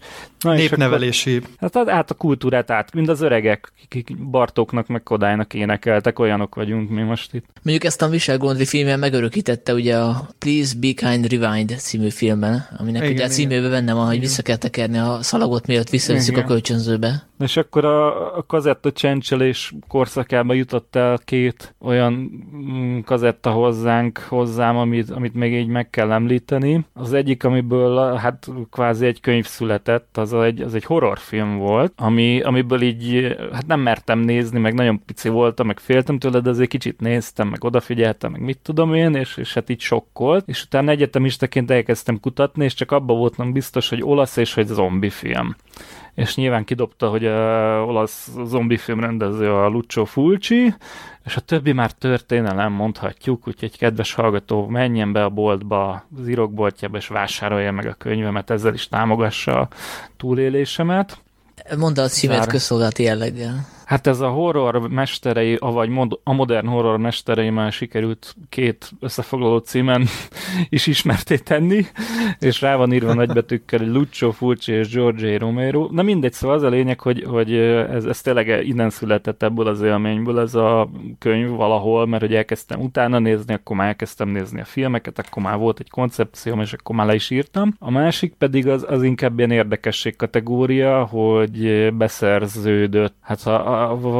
S2: Népnevelési.
S3: Hát a kultúrát mind az öregek, akik Bartóknak meg Kodálynak énekeltek, olyanok vagyunk mi most itt.
S1: Mondjuk ezt a Michel Gondry filmben megörökítette ugye a Please Be Kind Rewind című filmben, aminek igen, ugye a címében benne van, hogy vissza kell tekerni a szalagot, mielőtt visszavisszük a kölcsönzőbe.
S3: És akkor a kazetta csencselés korszakába jutott el 2 olyan kazetta hozzám, amit még így meg kell említeni. Az egyik, amiből hát kvázi egy könyv született, az egy horrorfilm volt, amiből így hát nem mertem nézni, meg nagyon pici voltam, meg féltem tőle, de azért kicsit néztem, meg odafigyeltem, meg mit tudom én, és hát így sokkolt. És utána egyetemistaként elkezdtem kutatni, és csak abban voltam biztos, hogy olasz és hogy zombi film. És nyilván kidobta, hogy olasz zombifilm rendező a Lucio Fulci, és a többi már történelem, mondhatjuk, úgyhogy kedves hallgató, menjen be a boltba, az írokboltjába, és vásárolja meg a könyvemet, ezzel is támogassa a túlélésemet.
S1: Mondd a címet közszolgálati jelleggel.
S3: Hát ez a horror mesterei, vagy a modern horror mesterei már sikerült 2 összefoglaló címen is ismerté tenni, és rá van írva nagybetűkkel, hogy Lucio Fulci és George Romero. Na mindegy, szóval az a lényeg, hogy ez tényleg innen született ebből az élményből ez a könyv valahol, mert hogy elkezdtem utána nézni, akkor már elkezdtem nézni a filmeket, akkor már volt egy koncepcióm, és akkor már le is írtam. A másik pedig az inkább ilyen érdekesség kategória, hogy beszerződött. Hát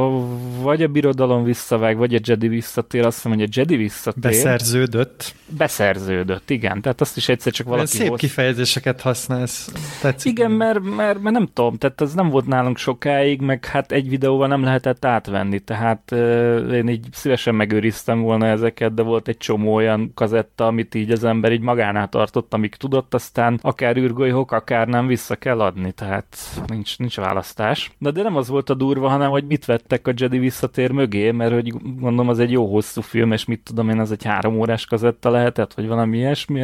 S3: vagy a birodalom visszavág, vagy a Jedi visszatér, azt hiszem, hogy a Jedi visszatér. Beszerződött, igen. Tehát azt is egyszer csak valaki
S2: szép kifejezéseket használsz. Tetszik.
S3: Igen, mert nem tudom, tehát ez nem volt nálunk sokáig, meg hát egy videóval nem lehetett átvenni, tehát én így szívesen megőriztem volna ezeket, de volt egy csomó olyan kazetta, amit így az ember így magánál tartott, amíg tudott, aztán akár űrgolyhok, akár nem vissza kell adni, tehát nincs választás. De nem az volt a durva, hanem hogy mit vettek a Jedi visszatér mögé, mert hogy mondom, az egy jó hosszú film, és mit tudom én, az egy 3 órás kazetta lehetett, vagy valami ilyesmi,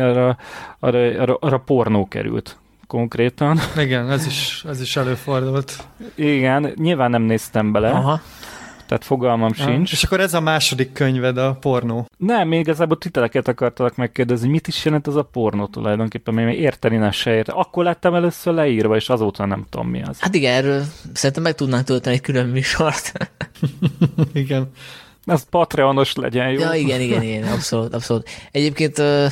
S3: arra pornó került konkrétan.
S2: Igen, ez is előfordult.
S3: Igen, nyilván nem néztem bele. Aha. Tehát fogalmam sincs.
S2: És akkor ez a második könyved, a pornó.
S3: Nem, még igazából titeleket akartalak megkérdezni, mit is jelent ez a pornó tulajdonképpen, mert érteni nem se érte. Akkor lettem először leírva, és azóta nem tudom, mi az.
S1: Hát igen, erről szerintem meg tudnánk tölteni egy külön műsort.
S2: Igen.
S3: Ez Patreonos legyen, jó?
S1: Ja, igen, abszolút. Egyébként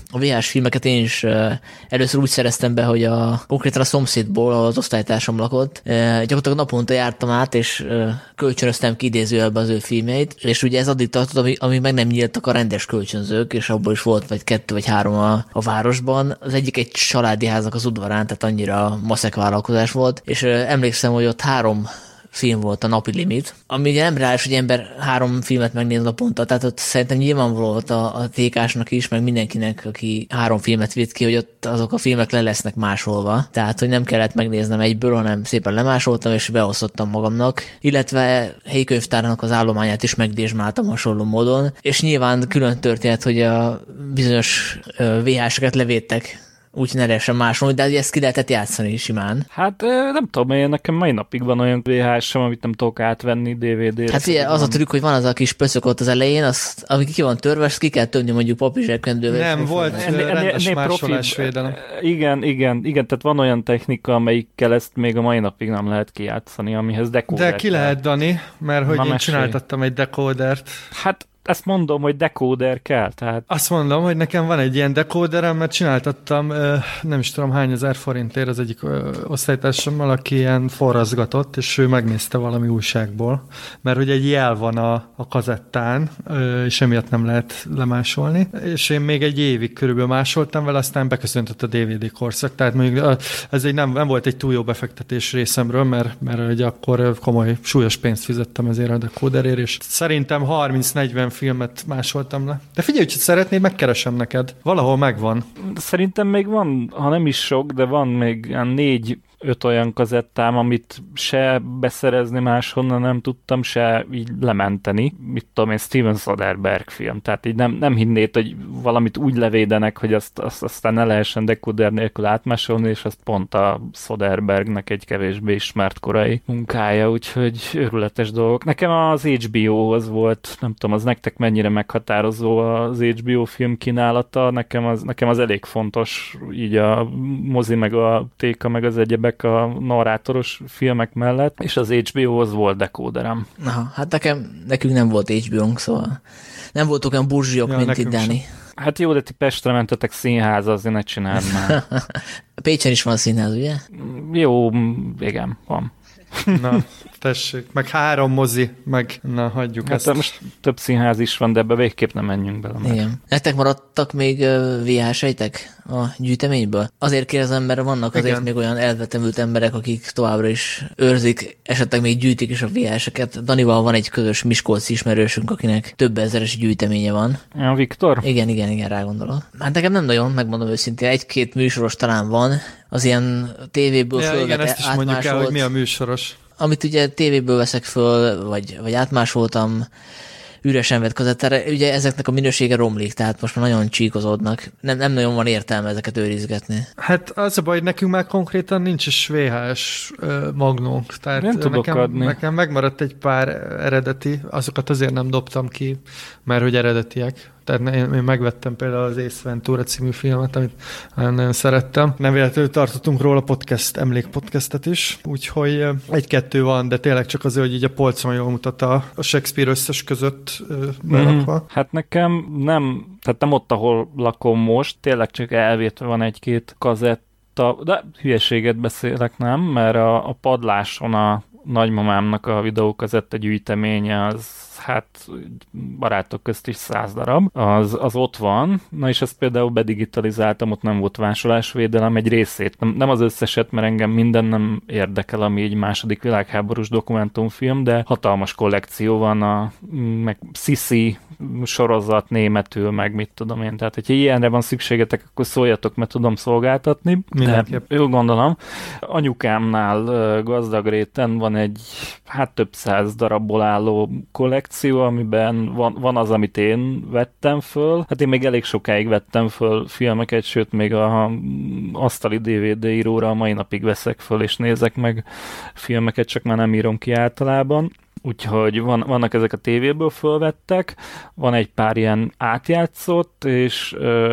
S1: A VHS filmeket én is először úgy szereztem be, hogy konkrétan a szomszédból az osztálytársam lakott. Gyakorlatilag naponta jártam át, és kölcsönöztem ki idézőjelbe az ő filmjeit, és ugye ez addig tartott, amíg meg nem nyíltak a rendes kölcsönzők, és abból is volt vagy 2 vagy 3 a városban. Az egyik egy családi háznak az udvarán, tehát annyira maszek vállalkozás volt, és emlékszem, hogy ott 3 film volt a napi limit, ami ugye nem reális, hogy ember 3 filmet megnéz naponta, tehát ott szerintem nyilvánvaló volt a TK-snak is, meg mindenkinek, aki 3 filmet vitt ki, hogy ott azok a filmek le lesznek másolva, tehát hogy nem kellett megnéznem egyből, hanem szépen lemásoltam, és beosztottam magamnak, illetve helyi könyvtárnak az állományát is megdésmáltam hasonló módon, és nyilván külön történet, hogy a bizonyos VHS-eket levédtek, úgy ne lehessen másolni, de ezt ki lehetett játszani simán.
S3: Hát nem tudom, én nekem mai napig van olyan VHS-sem, amit nem tudok átvenni DVD-re.
S1: Hát ugye az a trükk, hogy van az a kis pöszök ott az elején, ami ki van törve, azt ki kell törni mondjuk papírzsebkendővel.
S2: Nem, volt rendes másolásvédelem.
S3: Igen, tehát van olyan technika, amelyikkel ezt még a mai napig nem lehet kijátszani, amihez dekódert.
S2: De ki lehet, Dani, mert hogy én csináltattam egy dekódert.
S3: Hát ezt mondom, hogy dekóder kell, tehát...
S2: Azt mondom, hogy nekem van egy ilyen dekóderem, mert csináltattam, nem is tudom hány ezer forintért az egyik osztálytársammal, aki ilyen forrazgatott, és ő megnézte valami újságból, mert hogy egy jel van a kazettán, és emiatt nem lehet lemásolni, és én még egy évig körülbelül másoltam vele, aztán beköszöntött a DVD korszak, tehát mondjuk ez egy nem volt egy túl jó befektetés részemről, mert hogy akkor komoly, súlyos pénzt fizettem ezért a dekóderért, és szerintem 30-40 filmet másoltam le. De figyelj, hogy szeretnéd, megkeresem neked. Valahol megvan.
S3: Szerintem még van, ha nem is sok, de van még 4-5 olyan kazettám, amit se beszerezni máshonnan nem tudtam, se így lementeni. Mit tudom én, Steven Soderbergh film. Tehát így nem hinnéd, hogy valamit úgy levédenek, hogy azt aztán ne lehessen decoder nélkül átmásolni, és azt pont a Soderberghnek egy kevésbé ismert korai munkája, úgyhogy őrületes dolgok. Nekem az HBO-hoz volt, nem tudom, az nektek mennyire meghatározó az HBO film kínálata, nekem az elég fontos, így a mozi, meg a téka, meg az egyebek a narrátoros filmek mellett, és az HBO-hoz volt dekóderem.
S1: Aha, hát nekünk nem volt HBO-nk, szóval nem voltunk olyan burzsiok, mint itt, Dáni.
S3: Hát jó, de ti Pestre mentetek színházba, azért ne csináld már.
S1: Pécsen is van színház, ugye?
S3: Jó, igen, van.
S2: Na, tessék, meg 3 mozi, meg na, hagyjuk
S3: hát
S2: ezt.
S3: Most több színház is van, de ebbe végképp nem menjünk bele. Meg.
S1: Igen. Nektek maradtak még VHS-eitek a gyűjteményből? Azért kérdezem, mert vannak azért még olyan elvetemült emberek, akik továbbra is őrzik, esetleg még gyűjtik is a VHS-eket. Danival van egy közös miskolci ismerősünk, akinek több ezeres gyűjteménye van.
S3: A Viktor?
S1: Igen, rá gondolok. Hát nekem nem nagyon, megmondom őszintén, 1-2 műsoros talán van, az ilyen tévéből fölvett,
S2: igen, ezt is mondjuk el, hogy mi a műsoros.
S1: Amit ugye tévéből veszek föl, vagy átmásoltam üresen vett kazettára, ugye ezeknek a minősége romlik, tehát most már nagyon csíkozódnak. Nem nagyon van értelme ezeket őrizgetni.
S2: Hát az a baj, hogy nekünk már konkrétan nincs is VHS magnónk. Tehát nekem megmaradt egy pár eredeti, azokat azért nem dobtam ki, mert hogy eredetiek. Tehát én megvettem például az Ace Ventura című filmet, amit nagyon szerettem. Nem véletlenül tartottunk róla emlékpodcastet is, úgyhogy 1-2 van, de tényleg csak azért, hogy így a polcon jól mutat a Shakespeare összes között berakva.
S3: Hát nekem tehát nem ott, ahol lakom most, tényleg csak elvétve van 1-2 kazetta, de hülyeséget beszélek, nem? Mert a padláson a nagymamámnak a videókazetta gyűjteménye az hát barátok közt is 100 darab, az ott van, na és ezt például bedigitalizáltam, ott nem volt másolásvédelem, egy részét, nem az összeset, mert engem minden nem érdekel, ami egy második világháborús dokumentumfilm, de hatalmas kollekció van, meg Sisi sorozat németül, meg mit tudom én, tehát hogyha ilyenre van szükségetek, akkor szóljatok, mert tudom szolgáltatni.
S2: Mindenképp.
S3: Jól gondolom. Anyukámnál gazdag réten van egy több 100 darabból álló kollekció, amiben van az, amit én vettem föl. Hát én még elég sokáig vettem föl filmeket, sőt még a asztali DVD íróra a mai napig veszek föl, és nézek meg filmeket, csak már nem írom ki általában. Úgyhogy vannak ezek a tévéből fölvettek, van egy pár ilyen átjátszott, és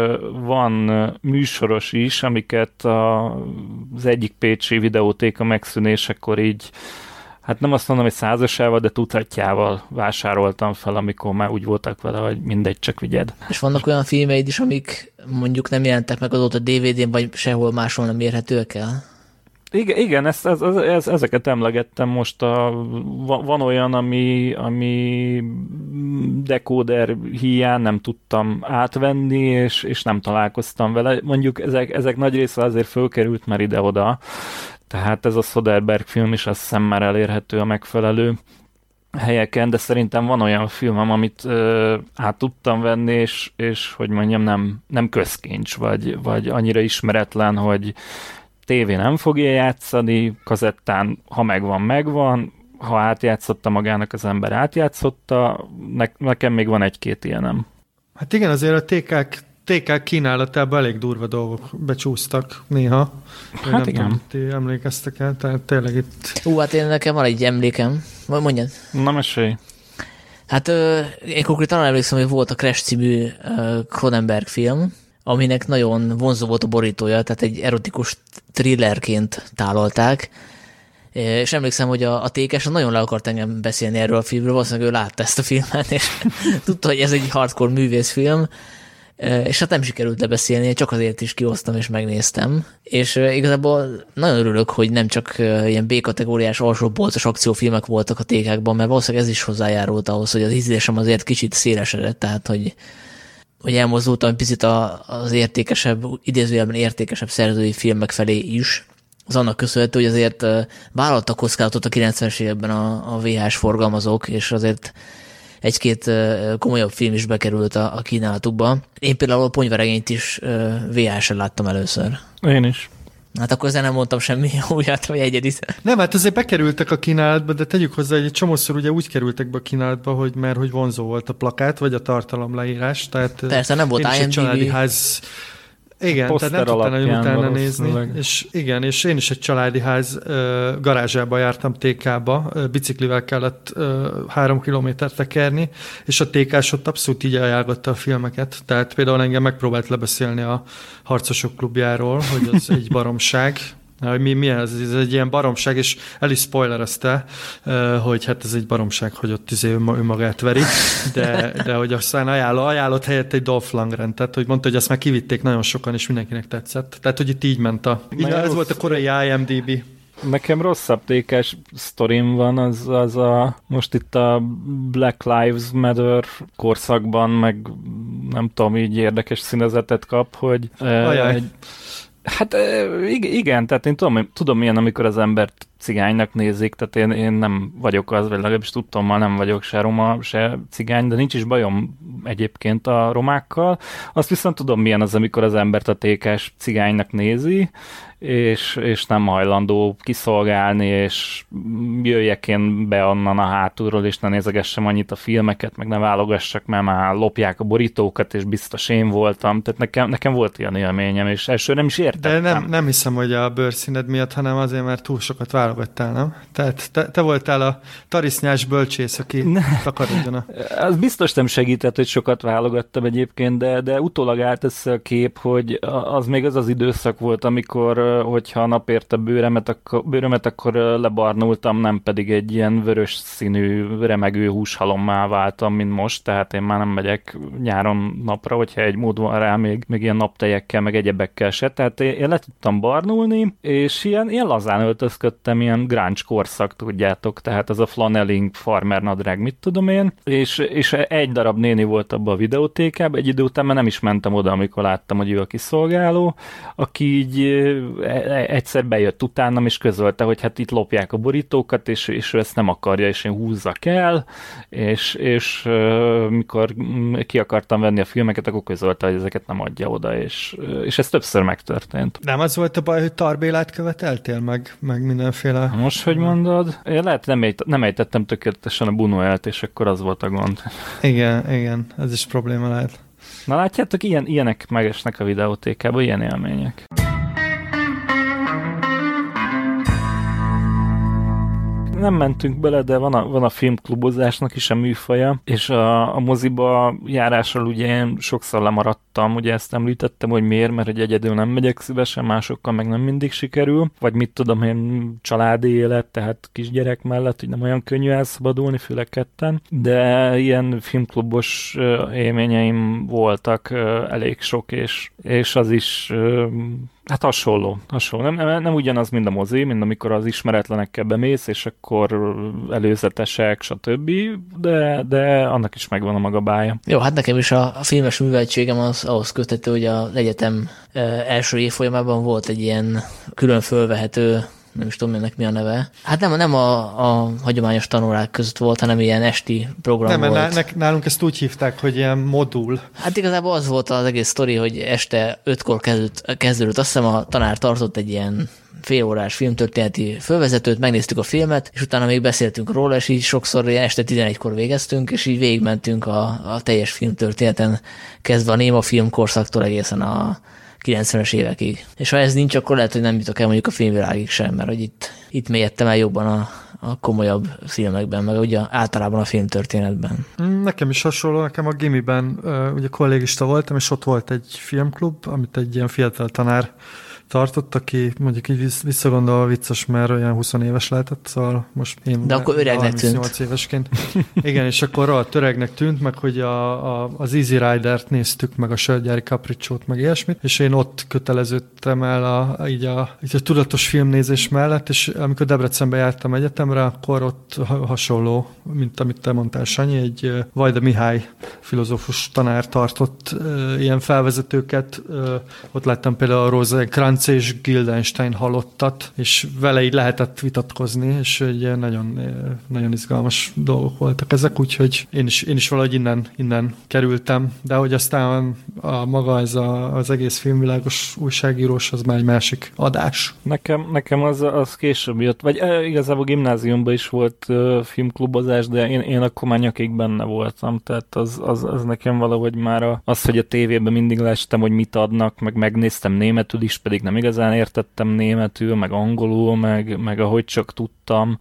S3: van műsoros is, amiket az egyik pécsi videótéka megszűnésekor így Hát nem azt mondom, hogy 100-asával, de tucatjával vásároltam fel, amikor már úgy voltak vele, hogy mindegy, csak vigyed.
S1: És vannak olyan filmeid is, amik mondjuk nem jelentek meg azóta DVD-n, vagy sehol máshol nem érhetőek el?
S3: Igen, ezeket emlegettem most. Van olyan, ami dekóder hiány nem tudtam átvenni, és nem találkoztam vele. Mondjuk ezek nagy része azért fölkerült már ide-oda. Tehát ez a Soderbergh film is azt hiszem már elérhető a megfelelő helyeken, de szerintem van olyan filmem, amit át tudtam venni, és hogy mondjam, nem közkincs, vagy annyira ismeretlen, hogy tévé nem fogja játszani, kazettán, ha megvan, ha átjátszotta magának az ember, átjátszotta, nekem még van egy-két ilyenem. Hát
S2: igen, azért a TK kínálatában elég durva dolgok becsúsztak néha.
S3: Hát
S2: nem
S3: igen.
S2: tudom, ti emlékeztek el, tehát tényleg itt...
S1: Hát én nekem van egy emlékem. Mondjad.
S3: Na, mesélj.
S1: Hát én konkrétan emlékszem, hogy volt a Crash című Cronenberg film, aminek nagyon vonzó volt a borítója, tehát egy erotikus thrillerként tálalták, és emlékszem, hogy a Tékes nagyon le akart engem beszélni erről a filmről, valószínűleg ő látta ezt a filmet, és tudta, hogy ez egy hardcore művészfilm, és hát nem sikerült lebeszélni, csak azért is kihoztam és megnéztem, és igazából nagyon örülök, hogy nem csak ilyen B-kategóriás alsó polcos akciófilmek voltak a tékákban, mert valószínűleg ez is hozzájárult ahhoz, hogy az ízlésem azért kicsit szélesedett, tehát hogy elmozdultam egy picit az értékesebb, idézőjelben értékesebb szerzői filmek felé is. Az annak köszönhető, hogy azért vállaltak kockázatot a 90-es években a VHS forgalmazók, és azért egy-két komolyabb film is bekerült a kínálatukba. Én például a Ponyvaregényt is VHS-en láttam először.
S3: Én is.
S1: Hát akkor ezzel nem mondtam semmi újat, vagy egyedit.
S2: Nem, hát azért bekerültek a kínálatba, de tegyük hozzá, hogy egy csomószor ugye úgy kerültek be a kínálatba, hogy vonzó volt a plakát, vagy a tartalomleírás. Tehát
S1: persze, nem volt IMDb.
S2: Családi ház... Igen, tehát nem tudtam nagyon utána nézni. És igen, és én is egy családi ház garázsába jártam TK-ba, biciklivel kellett 3 kilométert tekerni, és a TK-s ott abszolút így ajánlotta a filmeket. Tehát például engem megpróbált lebeszélni a Harcosok klubjáról, hogy az egy baromság. Mi ez? Ez egy ilyen baromság, és el is spoilerezte, hogy hát ez egy baromság, hogy ott ő magát veri, de hogy aztán ajánlott helyett egy Dolph Lundgren, tehát hogy mondta, hogy azt már kivitték nagyon sokan, és mindenkinek tetszett. Tehát, hogy itt így ment ez volt a korai IMDb.
S3: Nekem rosszabb tékes sztorim van, az most itt a Black Lives Matter korszakban, meg nem tudom, így érdekes színezetet kap, hogy hát igen, tehát én tudom milyen, amikor az embert cigánynak nézik, tehát én nem vagyok az, vagy legalábbis tudtommal nem vagyok se roma, se cigány, de nincs is bajom egyébként a romákkal. Azt viszont tudom milyen az, amikor az embert a tékás cigánynak nézi, és nem hajlandó kiszolgálni, és jöjjek én be onnan a hátulról, és ne nézegessem annyit a filmeket, meg ne válogassak, mert már lopják a borítókat, és biztos én voltam. Tehát nekem volt ilyen élményem, és első nem is értettem.
S2: De nem hiszem, hogy a bőrszíned miatt, hanem azért, mert túl sokat válogattál, nem? Tehát te voltál a tarisznyás bölcsész, aki takarodjon.
S3: Az biztos nem segített, hogy sokat válogattam egyébként, de utólag állt össze a kép, hogy az még az időszak volt, amikor hogyha napért a bőrömet, akkor lebarnultam, nem pedig egy ilyen vörös színű, remegő húshalommá váltam, mint most, tehát én már nem megyek nyáron napra, hogyha egy mód van rá, még ilyen naptejekkel, meg egyebekkel se, tehát én le tudtam barnulni, és ilyen lazán öltözködtem, ilyen grunge korszak, tudjátok, tehát az a flanelling, farmer nadrág, mit tudom én, és egy darab néni volt abban a videótékában, egy idő után már nem is mentem oda, amikor láttam, hogy ő a kiszolgáló, aki így egyszer bejött utánam, és közölte, hogy hát itt lopják a borítókat, és ő ezt nem akarja, és én húzzak el, és mikor ki akartam venni a filmeket, akkor közölte, hogy ezeket nem adja oda, és ez többször megtörtént.
S2: Nem az volt a baj, hogy Tarbélát követeltél, meg mindenféle...
S3: Most, hogy mondod? Én lehet, nem ejtettem tökéletesen a Buñuelt, és akkor az volt a gond.
S2: Igen, ez is probléma lehet.
S3: Na látjátok, ilyenek megesnek a videótékában, ilyen élmények. nem mentünk bele, de van a filmklubozásnak is a műfaja, és a moziba járással ugye én sokszor lemaradtam, ugye ezt említettem, hogy miért, mert hogy egyedül nem megyek szívesen, másokkal meg nem mindig sikerül, vagy mit tudom én, családi élet, tehát kisgyerek mellett, hogy nem olyan könnyű elszabadulni, főleg ketten, de ilyen filmklubos élményeim voltak elég sok, és az is hát hasonló. Nem ugyanaz, mint a mozi, mint amikor az ismeretlenekkel bemész, és akkor előzetesek, stb., de annak is megvan a maga bája.
S1: Jó, hát nekem is a filmes műveltségem az ahhoz köthető, hogy az egyetem első évfolyamában volt egy ilyen külön fölvehető, nem is tudom, ennek mi a neve. Hát nem a hagyományos tanórák között volt, hanem ilyen esti program volt.
S2: Nálunk ezt úgy hívták, hogy ilyen modul.
S1: Hát igazából az volt az egész sztori, hogy este 5-kor kezdődött, azt hiszem a tanár tartott egy ilyen félórás filmtörténeti fölvezetőt, megnéztük a filmet, és utána még beszéltünk róla, és így sokszor ilyen este 11-kor végeztünk, és így végigmentünk a teljes filmtörténeten, kezdve a néma film korszaktól egészen a 90-es évekig. És ha ez nincs, akkor lehet, hogy nem jutok el mondjuk a filmvilágig sem, mert hogy itt mélyedtem el jobban a komolyabb filmekben, meg ugye általában a filmtörténetben.
S2: Nekem is hasonló, nekem a gimiben ugye kollégista voltam, és ott volt egy filmklub, amit egy ilyen fiatal tanár tartott, aki mondjuk így visszagondolva vicces, mert olyan 20 éves lehetett, szóval most én
S1: de akkor öregnek
S2: 38 tűnt. Évesként. Igen, és akkor rohadt öregnek tűnt, meg hogy az Easy Rider-t néztük, meg a Sörgyári Capricciót, meg ilyesmit, és én ott köteleződtem el így a tudatos filmnézés mellett, és amikor Debrecenbe jártam egyetemre, akkor ott hasonló, mint amit te mondtál, Sanyi, egy Vajda Mihály filozófus tanár tartott ilyen felvezetőket. Ott láttam például a Rosenkranz és Guildenstein halottat, és vele így lehetett vitatkozni, és ugye nagyon, nagyon izgalmas dolgok voltak ezek, úgyhogy én is valahogy innen kerültem, de hogy aztán maga ez az egész filmvilágos újságírós, az már egy másik adás.
S3: Nekem az később jött, vagy igazából gimnáziumban is volt filmklubozás, de én akkor már nyakig benne voltam, tehát az nekem valahogy már az, hogy a tévében mindig lestem, hogy mit adnak, meg megnéztem németül is, pedig nem igazán értettem németül, meg angolul, meg ahogy csak tudtam,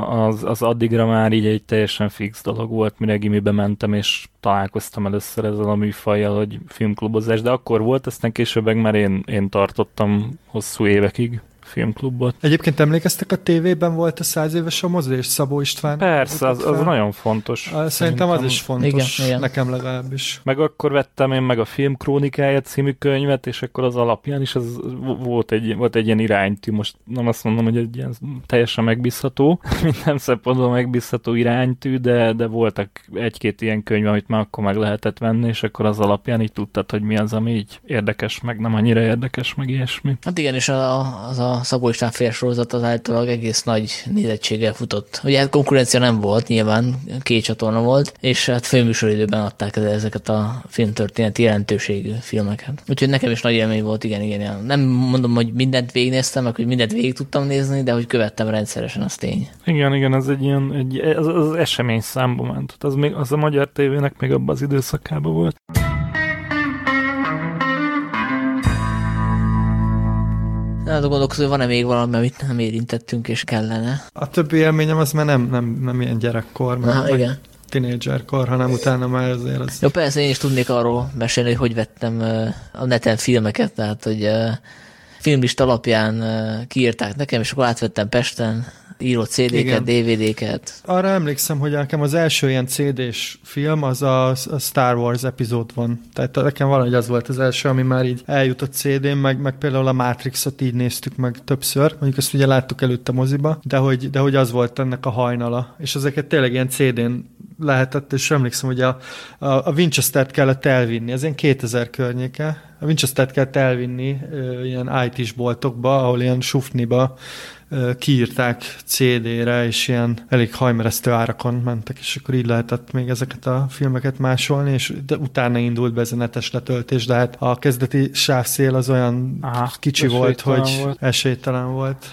S3: az addigra már így egy teljesen fix dolog volt, mire gimibe mentem, és találkoztam először ezzel a műfajjal, hogy filmklubozás, de akkor volt, aztán később meg már én tartottam hosszú évekig filmklubot.
S2: Egyébként emlékeztek, a tévében volt a 100 éves a mozi, és Szabó István?
S3: Persze, az nagyon fontos.
S2: Szerintem az is fontos,
S1: igen.
S2: Nekem legalábbis.
S3: Meg akkor vettem én meg a Film Krónikája című könyvet, és akkor az alapján is volt egy ilyen iránytű. Most nem azt mondom, hogy egy ilyen teljesen megbízható, minden szempontból megbízható iránytű, de voltak egy-két ilyen könyv, amit már akkor meg lehetett venni, és akkor az alapján így tudtad, hogy mi az, ami így érdekes, meg nem annyira érdekes, meg ilyesmi.
S1: Hát igen, és az a Szabó István félsorozat az általában egész nagy nézettséggel futott. Ugye hát konkurencia nem volt, nyilván 2 csatorna volt, és hát főműsoridőben adták ezeket a filmtörténeti jelentőségű filmeket. Úgyhogy nekem is nagy élmény volt, igen. Nem mondom, hogy mindent végignéztem, meg hogy mindent végig tudtam nézni, de hogy követtem rendszeresen, az tény.
S3: Igen, ez egy ilyen, az esemény számba ment. Az a Magyar tévének még abban az időszakában volt.
S1: Hát gondolkozom, hogy van-e még valami, amit nem érintettünk, és kellene.
S2: A többi élményem az már nem ilyen gyerekkor,
S1: igen.
S2: Tínédzserkor, hanem utána már azért az...
S1: Jó, persze én is tudnék arról mesélni, hogy vettem a neten filmeket, tehát hogy filmlista alapján kiírták nekem, és akkor átvettem Pesten, írott CD-ket, DVD-ket.
S2: Arra emlékszem, hogy nekem az első ilyen CD-s film az a Star Wars epizód van. Tehát nekem valahogy az volt az első, ami már így eljutott CD-n, meg például a Matrixot így néztük meg többször. Mondjuk ezt ugye láttuk előtte moziba, de hogy az volt ennek a hajnala. És ezeket tényleg ilyen CD-n lehetett, és emlékszem, hogy a Winchester-t kellett elvinni. Ez ilyen 2000 környéke. A Winchester-t kellett elvinni ilyen IT-s boltokba, ahol ilyen sufniba kiírták CD-re, és ilyen elég hajmeresztő árakon mentek, és akkor így lehetett még ezeket a filmeket másolni, és utána indult be ez a netes letöltés, de hát a kezdeti sávszél az olyan kicsi volt, hogy esélytelen volt.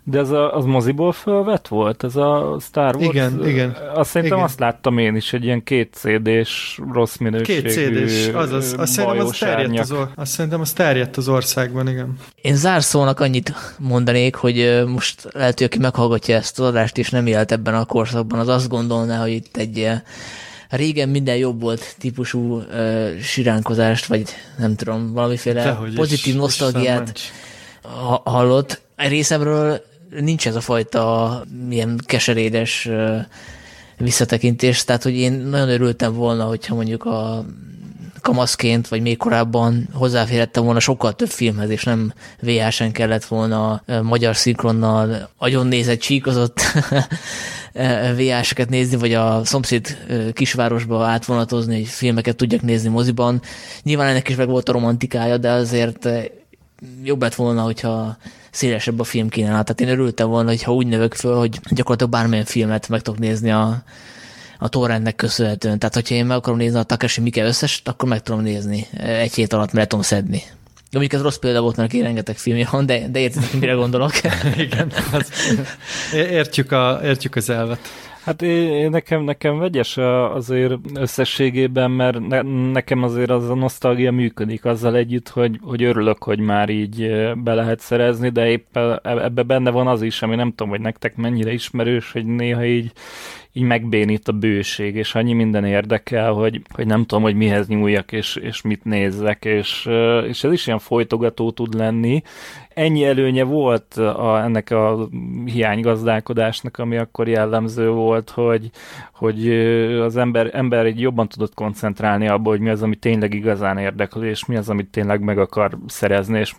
S3: De ez az moziból fölvett volt? Ez a Star Wars?
S2: Igen.
S3: Azt szerintem
S2: igen.
S3: azt láttam én is, egy ilyen 2 CD-s rossz minőségű
S2: 2 CD-s, azaz. Azt szerintem az terjedt az országban, igen.
S1: Én zárszónak annyit mondanék, hogy most lehet, hogy aki meghallgatja ezt az adást, és nem élt ebben a korszakban, az azt gondolná, hogy itt egy régen minden jobb volt típusú siránkozást, vagy nem tudom, valamiféle pozitív nosztalgiát hallott. A részemről nincs ez a fajta milyen keserédes visszatekintés, tehát hogy én nagyon örültem volna, hogyha mondjuk a kamaszként, vagy még korábban hozzáférhettem volna sokkal több filmhez, és nem VHS-en kellett volna magyar szinkronnal agyon nézett, csíkozott VHS-eket nézni, vagy a szomszéd kisvárosba átvonatozni, hogy filmeket tudjak nézni moziban. Nyilván ennek is meg volt a romantikája, de azért jobb lett volna, hogyha szélesebb a filmkínálat. Tehát én örültem volna, hogyha úgy növök föl, hogy gyakorlatilag bármilyen filmet meg tudok nézni a torrentnek köszönhetően. Tehát, hogyha én meg akarom nézni a Takashi Miike összeset, akkor meg tudom nézni. Egy hét alatt meg tudom szedni. Mondjuk ez rossz példa volt, mert neki rengeteg filmje van, de értitek, mire gondolok.
S2: Igen, értjük az elvet.
S3: Hát nekem vegyes azért összességében, mert nekem azért az a nosztalgia működik azzal együtt, hogy örülök, hogy már így be lehet szerezni, de éppen ebben benne van az is, ami nem tudom, hogy nektek mennyire ismerős, hogy néha így megbénít a bőség, és annyi minden érdekel, hogy nem tudom, hogy mihez nyúljak, és mit nézzek, és ez is ilyen folytogató tud lenni. Ennyi előnye volt ennek a hiánygazdálkodásnak, ami akkor jellemző volt, hogy az ember így jobban tudott koncentrálni abba, hogy mi az, ami tényleg igazán érdekel, és mi az, amit tényleg meg akar szerezni, és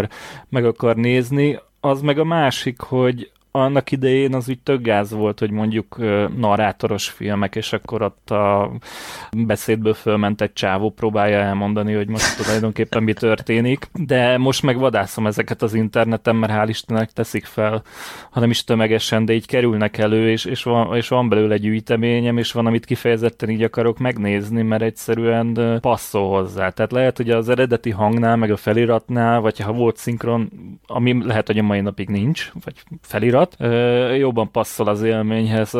S3: meg akar nézni. Az meg a másik, hogy annak idején az úgy tök gáz volt, hogy mondjuk narrátoros filmek, és akkor ott a beszédből fölment egy csávó, próbálja elmondani, hogy most tulajdonképpen mi történik, de most meg vadászom ezeket az interneten, mert hál' Istennek teszik fel, hanem is tömegesen, de így kerülnek elő, és van belőle gyűjteményem, és van, amit kifejezetten így akarok megnézni, mert egyszerűen passzol hozzá. Tehát lehet, hogy az eredeti hangnál, meg a feliratnál, vagy ha volt szinkron, ami lehet, hogy a mai napig nincs, vagy felirat, jobban passzol az élményhez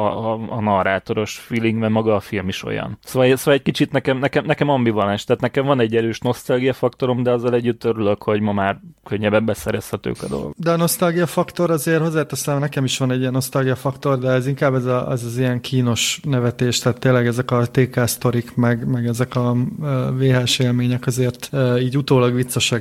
S3: a narrátoros feeling, mert maga a film is olyan. Szóval egy kicsit nekem ambivalens, tehát nekem van egy erős nosztalgia faktorom, de azzal együtt örülök, hogy ma már könnyebben beszerezhetők a dolgok.
S2: De a nosztalgia faktor azért hozzáteszem, nekem is van egy ilyen nosztalgia faktor, de ez inkább az ilyen kínos nevetés, tehát tényleg ezek a TK sztorik, meg ezek a VHS élmények azért így utólag viccosak,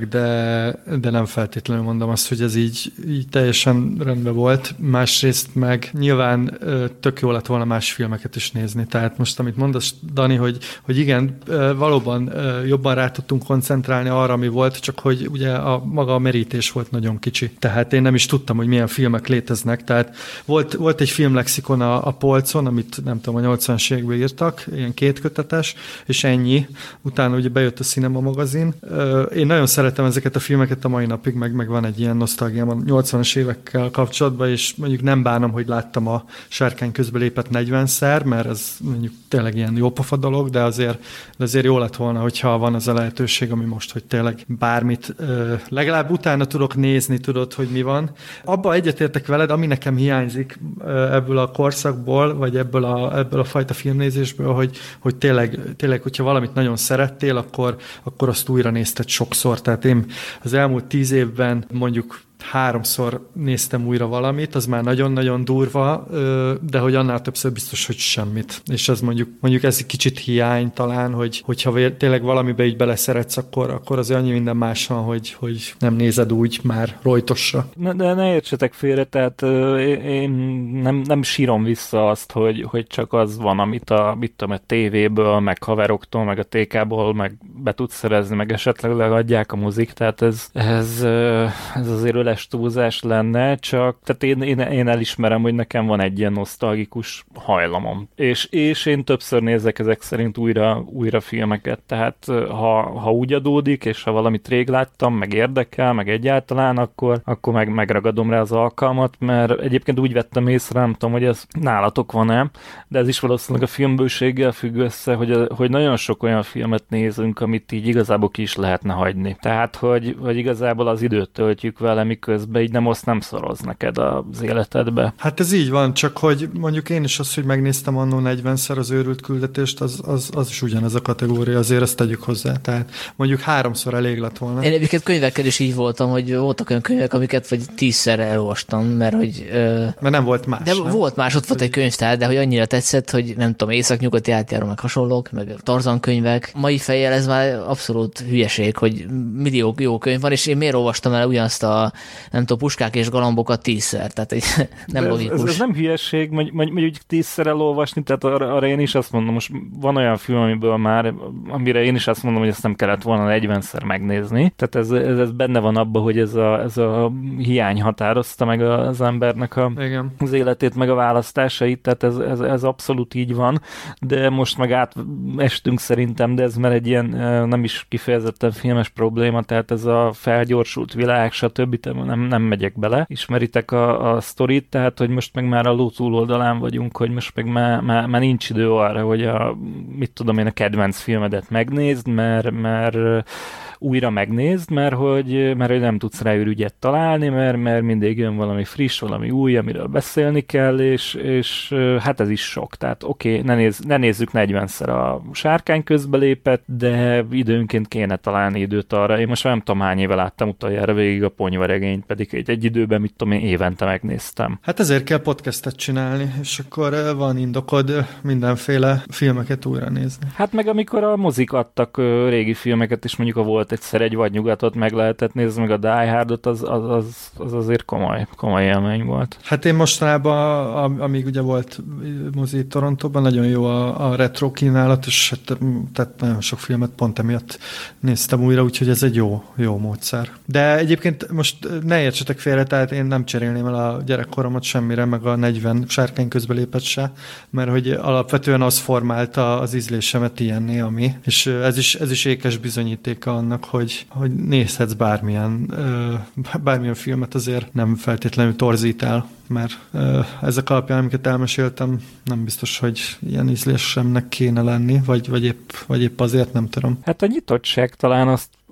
S2: de nem feltétlenül mondom azt, hogy ez így teljesen rendben volt. Másrészt meg nyilván tök jó lett volna más filmeket is nézni. Tehát most, amit mondasz, Dani, hogy igen, valóban jobban rá tudtunk koncentrálni arra, ami volt, csak hogy ugye maga a merítés volt nagyon kicsi. Tehát én nem is tudtam, hogy milyen filmek léteznek. Tehát volt egy filmlexikon a polcon, amit nem tudom, a 80-as években írtak, ilyen 2 kötetes, és ennyi. Utána ugye bejött a Cinema magazin. Én nagyon szeretem ezeket a filmeket a mai napig, meg van egy ilyen nosztalgiám a 80-as évekkel kapcsolatban, és mondjuk nem bánom, hogy láttam a Sárkány közbe lépett 40-szer, mert ez mondjuk tényleg ilyen jópofa dolog, de azért jó lett volna, hogyha van az a lehetőség, ami most, hogy tényleg bármit legalább utána tudok nézni, tudod, hogy mi van. Abba egyetértek veled, ami nekem hiányzik ebből a korszakból, vagy ebből a fajta filmnézésből, hogy tényleg, hogyha valamit nagyon szerettél, akkor azt újra nézted sokszor. Tehát én az elmúlt 10 évben mondjuk 3-szor néztem újra valamit, az már nagyon-nagyon durva, de hogy annál többször biztos, hogy semmit. És ez mondjuk ez egy kicsit hiány talán, hogyha tényleg valamibe így beleszeretsz, akkor az annyi minden más van, hogy nem nézed úgy már rojtosra.
S3: De ne értsetek félre, tehát én nem sírom vissza azt, hogy csak az van, amit a tévéből, meg haveroktól, meg a TK-ból, meg be tudsz szerezni, meg esetleg leadják a mozik, tehát ez azért öles túlzás lenne, csak tehát én elismerem, hogy nekem van egy ilyen nosztalgikus hajlamom. És én többször nézek ezek szerint újra filmeket, tehát ha úgy adódik, és ha valamit rég láttam, meg érdekel, meg egyáltalán, akkor megragadom rá az alkalmat, mert egyébként úgy vettem észre, nem tudom, hogy ez nálatok van-e, de ez is valószínűleg a filmbőséggel függ össze, hogy nagyon sok olyan filmet nézünk, amit így igazából ki is lehetne hagyni. Tehát, hogy igazából az időt töltjük vele, miközben így nem szoroz neked az életedbe.
S2: Hát ez így van, csak hogy mondjuk én is azt, hogy megnéztem annó 40-szer az őrült küldetést, az is ugyanez a kategória, azért ezt tegyük hozzá. Tehát mondjuk 3-szor elég lett volna.
S1: Én egyébként könyvekkel is így voltam, hogy voltak olyan könyvek, amiket vagy 10-szer elolvastam, mert hogy...
S2: Mert nem volt más.
S1: De
S2: nem?
S1: volt más, ott volt egy könyvtár, de hogy annyira tetszett, hogy nem tudom, észak-nyugati átjáró, meg hasonlók, meg Tarzan könyvek. Mai fejjel ez már abszolút hülyeség, hogy millió jó könyv van, és én miért olvastam el ugyanazt a, nem tudom, Puskák és galambokat 10-szer, tehát nem logikus.
S3: Ez nem hülyeség, mondjuk 10-szer elolvasni, tehát arra én is azt mondom, most van olyan film, amire én is azt mondom, hogy ezt nem kellett volna 40-szer megnézni, tehát ez benne van abban, hogy ez a hiány határozta meg az embernek az életét, meg a választásait, tehát ez abszolút így van, de most meg átestünk szerintem, de ez már egy ilyen nem is kifejezetten filmes probléma, tehát ez a felgyorsult világ, stb. Nem megyek bele. Ismeritek a sztorit, tehát hogy most meg már a ló túloldalán vagyunk, hogy most meg már nincs idő arra, hogy mit tudom én, a kedvenc filmedet megnézd, mert újra megnézd, mert hogy nem tudsz rá ürügyet találni, mert mindig jön valami friss, valami új, amiről beszélni kell, és hát ez is sok. Tehát oké, ne nézzük 40-szer a Sárkány közbelépett, de időnként kéne találni időt arra. Én most nem tudom, hány éve láttam utoljára végig a Ponyvaregényt, pedig egy időben, mit tudom én, évente megnéztem.
S2: Hát ezért kell podcastet csinálni, és akkor van indokod mindenféle filmeket újra nézni.
S3: Hát meg amikor a mozik adtak régi filmeket, és mondjuk volt egyszer egy vadnyugatot meg lehetett nézni, meg a Die Hardot, az azért komoly élmény volt.
S2: Hát én mostanában, amíg ugye volt mozi Torontóban, nagyon jó a retro kínálat, és tehát nagyon sok filmet pont emiatt néztem újra, úgyhogy ez egy jó módszer. De egyébként most ne értsetek félre, tehát én nem cserélném el a gyerekkoromat semmire, meg a 40 Sárkány közbelépett se, mert hogy alapvetően az formálta az ízlésemet ilyenné, ami, és ez is ékes bizonyítéka annak, hogy nézhetsz bármilyen filmet, azért nem feltétlenül torzít el, mert ezek alapján, amiket elmeséltem, nem biztos, hogy ilyen ízlésemnek kéne lenni, vagy épp azért, nem tudom.
S3: Hát a nyitottság talán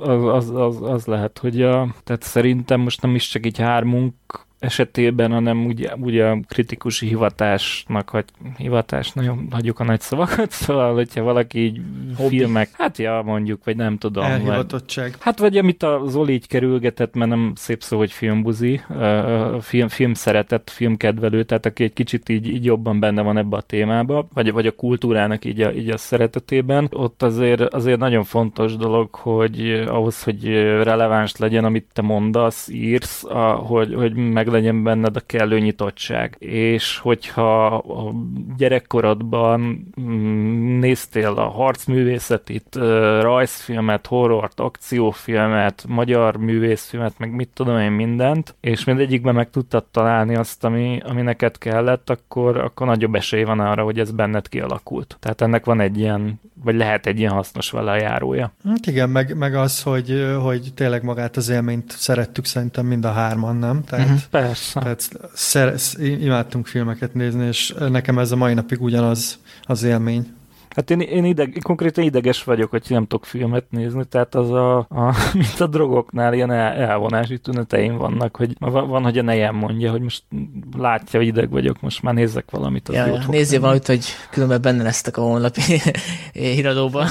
S3: az lehet, hogy tehát szerintem most nem is csak így hármunk esetében, hanem ugye a kritikus hivatásnak, nagyon hagyjuk a nagy szavakat, szóval, hogyha valaki így filmek, hát mondjuk, vagy nem tudom.
S2: Elhivatottság.
S3: Vagy amit a Zoli így kerülgetett, mert nem szép szó, hogy filmbuzi, film szeretett, filmkedvelő, tehát aki egy kicsit így jobban benne van ebbe a témába, vagy a kultúrának így a szeretetében, ott azért nagyon fontos dolog, hogy ahhoz, hogy releváns legyen, amit te mondasz, írsz, hogy meg legyen benned a kellő nyitottság. És hogyha a gyerekkorodban néztél a harcművészetit, rajzfilmet, horrort, akciófilmet, magyar művészfilmet, meg mit tudom én mindent, és mindegyikben meg tudtad találni azt, ami neked kellett, akkor nagyobb esély van arra, hogy ez benned kialakult. Tehát ennek van egy ilyen, vagy lehet egy ilyen hasznos velejárója.
S2: Hát igen, meg az, hogy tényleg magát az élményt szerettük szerintem mind a hárman, nem? Tehát,
S3: persze.
S2: Tehát imádtunk filmeket nézni, és nekem ez a mai napig ugyanaz az élmény.
S3: Hát én konkrétan ideges vagyok, hogy nem tudok filmet nézni, tehát az mint a drogoknál ilyen elvonási tüneteim vannak, hogy van, hogy a nejem mondja, hogy most látja, hogy ideg vagyok, most már nézzek valamit.
S1: Nézzél valamit, hogy különben benne lesztek a honlapi híradóban.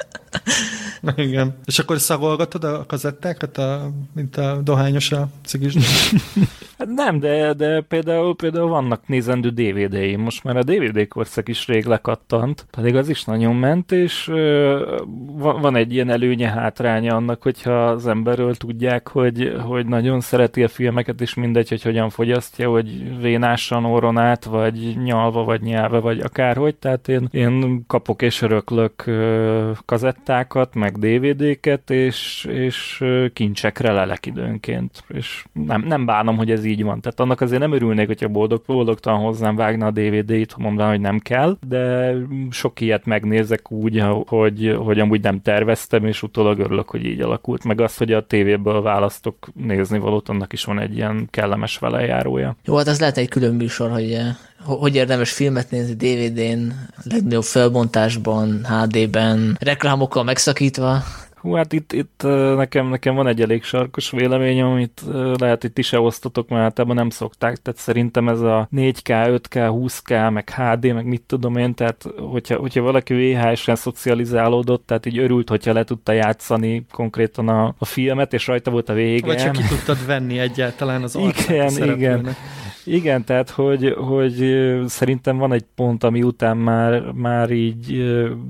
S2: Igen. És akkor szagolgatod a kazettákat, mint a dohányos a cigis?
S3: Hát nem, de például vannak nézendő DVD-im. Most már a DVD korszak is rég lekattant, pedig az is nagyon ment, és van egy ilyen előnye, hátránya annak, hogyha az emberről tudják, hogy nagyon szereti a filmeket, és mindegy, hogy hogyan fogyasztja, hogy vénásan orron át, vagy nyalva, vagy nyelve, vagy akárhogy. Tehát én kapok és öröklök kazettákat, meg DVD-ket, és kincsekre lelek időnként. És nem bánom, hogy ez így van. Tehát annak azért nem örülnék, hogyha boldogtalan hozzám vágna a DVD-t, mondanám, hogy nem kell, de sok ilyet megnézek úgy, hogy amúgy nem terveztem, és utólag örülök, hogy így alakult. Meg az, hogy a tévéből választok nézni valót, annak is van egy ilyen kellemes velejárója.
S1: Jó, hát az lehet egy külön műsor, hogy érdemes filmet nézni DVD-n, legnagyobb felbontásban, HD-ben, reklámokkal megszakítva.
S3: Hú, hát itt nekem van egy elég sarkos véleményem, amit lehet, hogy ti se osztotok, mert általában nem szokták, tehát szerintem ez a 4K, 5K, 20K, meg HD, meg mit tudom én, tehát hogyha valaki VHS-en szocializálódott, tehát így örült, hogyha le tudta játszani konkrétan a filmet, és rajta volt a vége.
S2: Vagy csak ki tudtad venni egyáltalán az arcát.
S3: Igen, tehát hogy szerintem van egy pont, ami után már így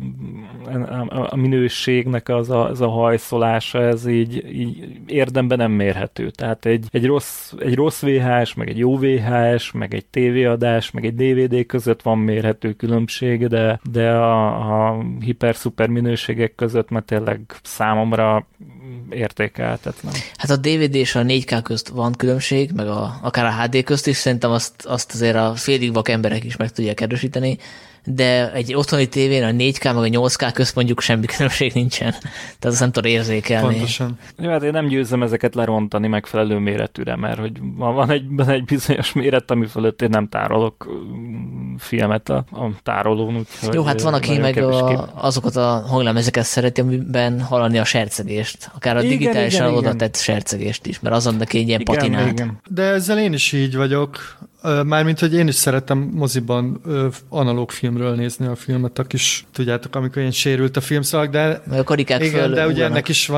S3: a minőségnek az a hajszolása, ez így érdemben nem mérhető. Tehát egy rossz VHS, meg egy jó VHS, meg egy tévéadás, meg egy DVD között van mérhető különbség, de a hiper-szuper minőségek között már tényleg számomra értékelhetetlen.
S1: Hát a DVD és a 4K közt van különbség, meg akár a HD közt is, szerintem azt azért a félig vak emberek is meg tudják erősíteni, de egy otthoni tévén a 4K meg a 8K közt mondjuk semmi különbség nincsen. Tehát azt nem tudod érzékelni.
S2: Pontosan.
S3: Jó, hát én nem győzem ezeket lerontani megfelelő méretűre, mert hogy van egy bizonyos méret, ami fölött én nem tárolok filmet a tárolón. Úgyhogy
S1: jó, hát van, aki meg azokat a hanglemezeket szereti, amiben hallani a sercegést. Akár a digitálisan oda tett sercegést is, mert azon neki egy ilyen patinát.
S3: Igen.
S2: De ezzel én is így vagyok. Mármint, hogy én is szeretem moziban analóg filmről nézni a filmet, a kis, tudjátok, amikor ilyen sérült a filmszalag, de
S1: a karikák
S2: igen, de ugye ennek is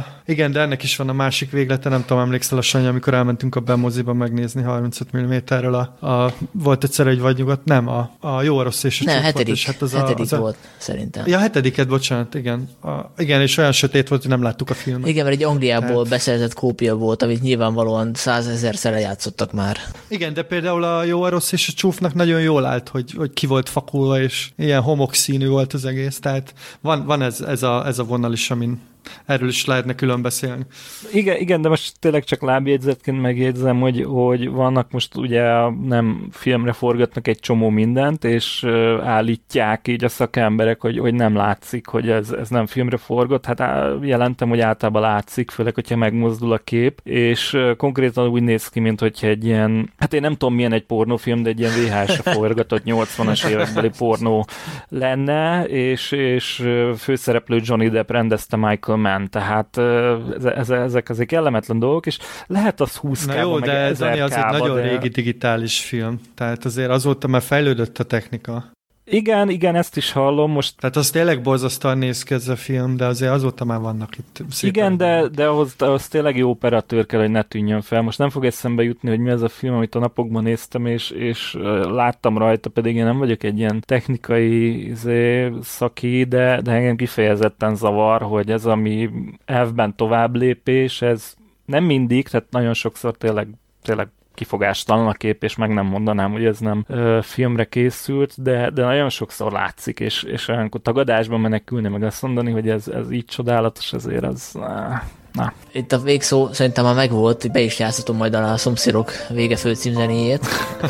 S2: van a másik véglete, nem tudom, emlékszel a Sanyi, amikor elmentünk a bemoziba megnézni 35 mm-ről volt egyszer egy vagy nyugat, nem, a Jó, rossz és a
S1: nem,
S2: csúf
S1: hetedik,
S2: volt, és
S1: hetedik volt, szerintem.
S2: Ja, hetediket, bocsánat, igen. Igen, és olyan sötét volt, hogy nem láttuk a filmet.
S1: Igen, mert egy Angliából beszerzett kópia volt, amit nyilvánvalóan 100 000-szer lejátszottak már.
S2: Igen, de például a Jó, a rossz és a csúfnak nagyon jól állt, hogy ki volt fakulva, és ilyen homokszínű volt az egész, tehát van ez a vonal is, amin erről is lehetne külön beszélni.
S3: Igen, de most tényleg csak lábjegyzetként megjegyzem, hogy vannak most ugye nem filmre forgatnak egy csomó mindent, és állítják így a szakemberek, hogy nem látszik, hogy ez nem filmre forgott. Hát jelentem, hogy általában látszik, főleg, hogyha megmozdul a kép, és konkrétan úgy néz ki, mint hogyha egy ilyen, hát én nem tudom, milyen egy pornófilm, de egy ilyen VHS-re forgatott 80-as évekbeli pornó lenne, és főszereplő Johnny Depp rendezte Michael Mann, tehát ezek azért kellemetlen dolgok, és lehet az 20K-ba,
S2: na jó,
S3: meg
S2: de ez az egy nagyon
S3: de...
S2: régi digitális film, tehát azért azóta már fejlődött a technika.
S3: Igen, ezt is hallom most.
S2: Tehát az tényleg borzasztóan néz ki ez a film, de azért azóta már vannak itt szépen.
S3: Igen, de ahhoz tényleg jó operatőr kell, hogy ne tűnjön fel. Most nem fog eszembe jutni, hogy mi az a film, amit a napokban néztem, és láttam rajta, pedig én nem vagyok egy ilyen technikai szaki, de engem kifejezetten zavar, hogy ez, ami elvben tovább lépés, ez nem mindig, tehát nagyon sokszor tényleg kifogástalan a kép, és meg nem mondanám, hogy ez nem filmre készült, de nagyon sokszor látszik, és olyankor tagadásban menekülni, meg azt mondani, hogy ez így csodálatos, ezért az... Na.
S1: Itt a végszó szerintem már megvolt, hogy be is játszhatom majd a Szomszédok vége főcímzenéjét.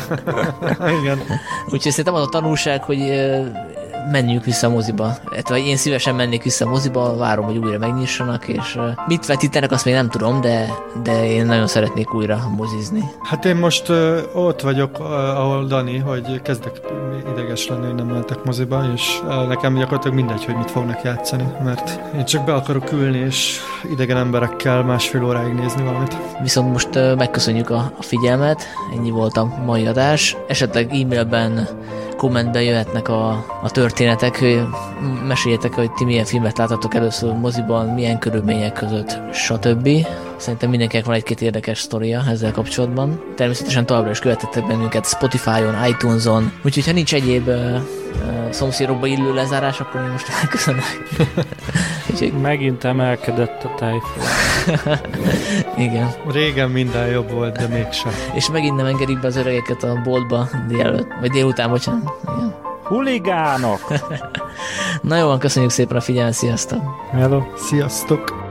S2: Igen.
S1: Úgyhogy szerintem az a tanulság, hogy menjünk vissza a moziba. Vagy én szívesen mennék vissza a moziba, várom, hogy újra megnyissanak, és mit vetítenek, azt még nem tudom, de én nagyon szeretnék újra mozizni.
S2: Hát én most ott vagyok, ahol Dani, hogy kezdek ideges lenni, hogy nem mehetek moziba, és nekem gyakorlatilag mindegy, hogy mit fognak játszani, mert én csak be akarok ülni, és idegen emberekkel másfél óráig nézni valamit.
S1: Viszont most megköszönjük a figyelmet, ennyi volt a mai adás. Esetleg e-mailben, kommentben jöhetnek a történetek, hogy meséljetek, hogy ti milyen filmet láttatok először moziban, milyen körülmények között, stb. Szerintem mindenkinek van egy-két érdekes sztoria ezzel kapcsolatban. Természetesen továbbra is követetek bennünket Spotify-on, iTunes-on, úgyhogy ha nincs egyéb szomszédokba illő lezárás, akkor én most megköszönök.
S3: Megint emelkedett a tejföl.
S1: Igen.
S2: Régen minden jobb volt, de mégsem.
S1: És megint nem engedik be az öregeket a boltba vagy délután, bocsánat. Igen.
S3: Huligánok!
S1: Na jó, köszönjük szépen a figyelmet, sziasztok!
S2: Hello, sziasztok!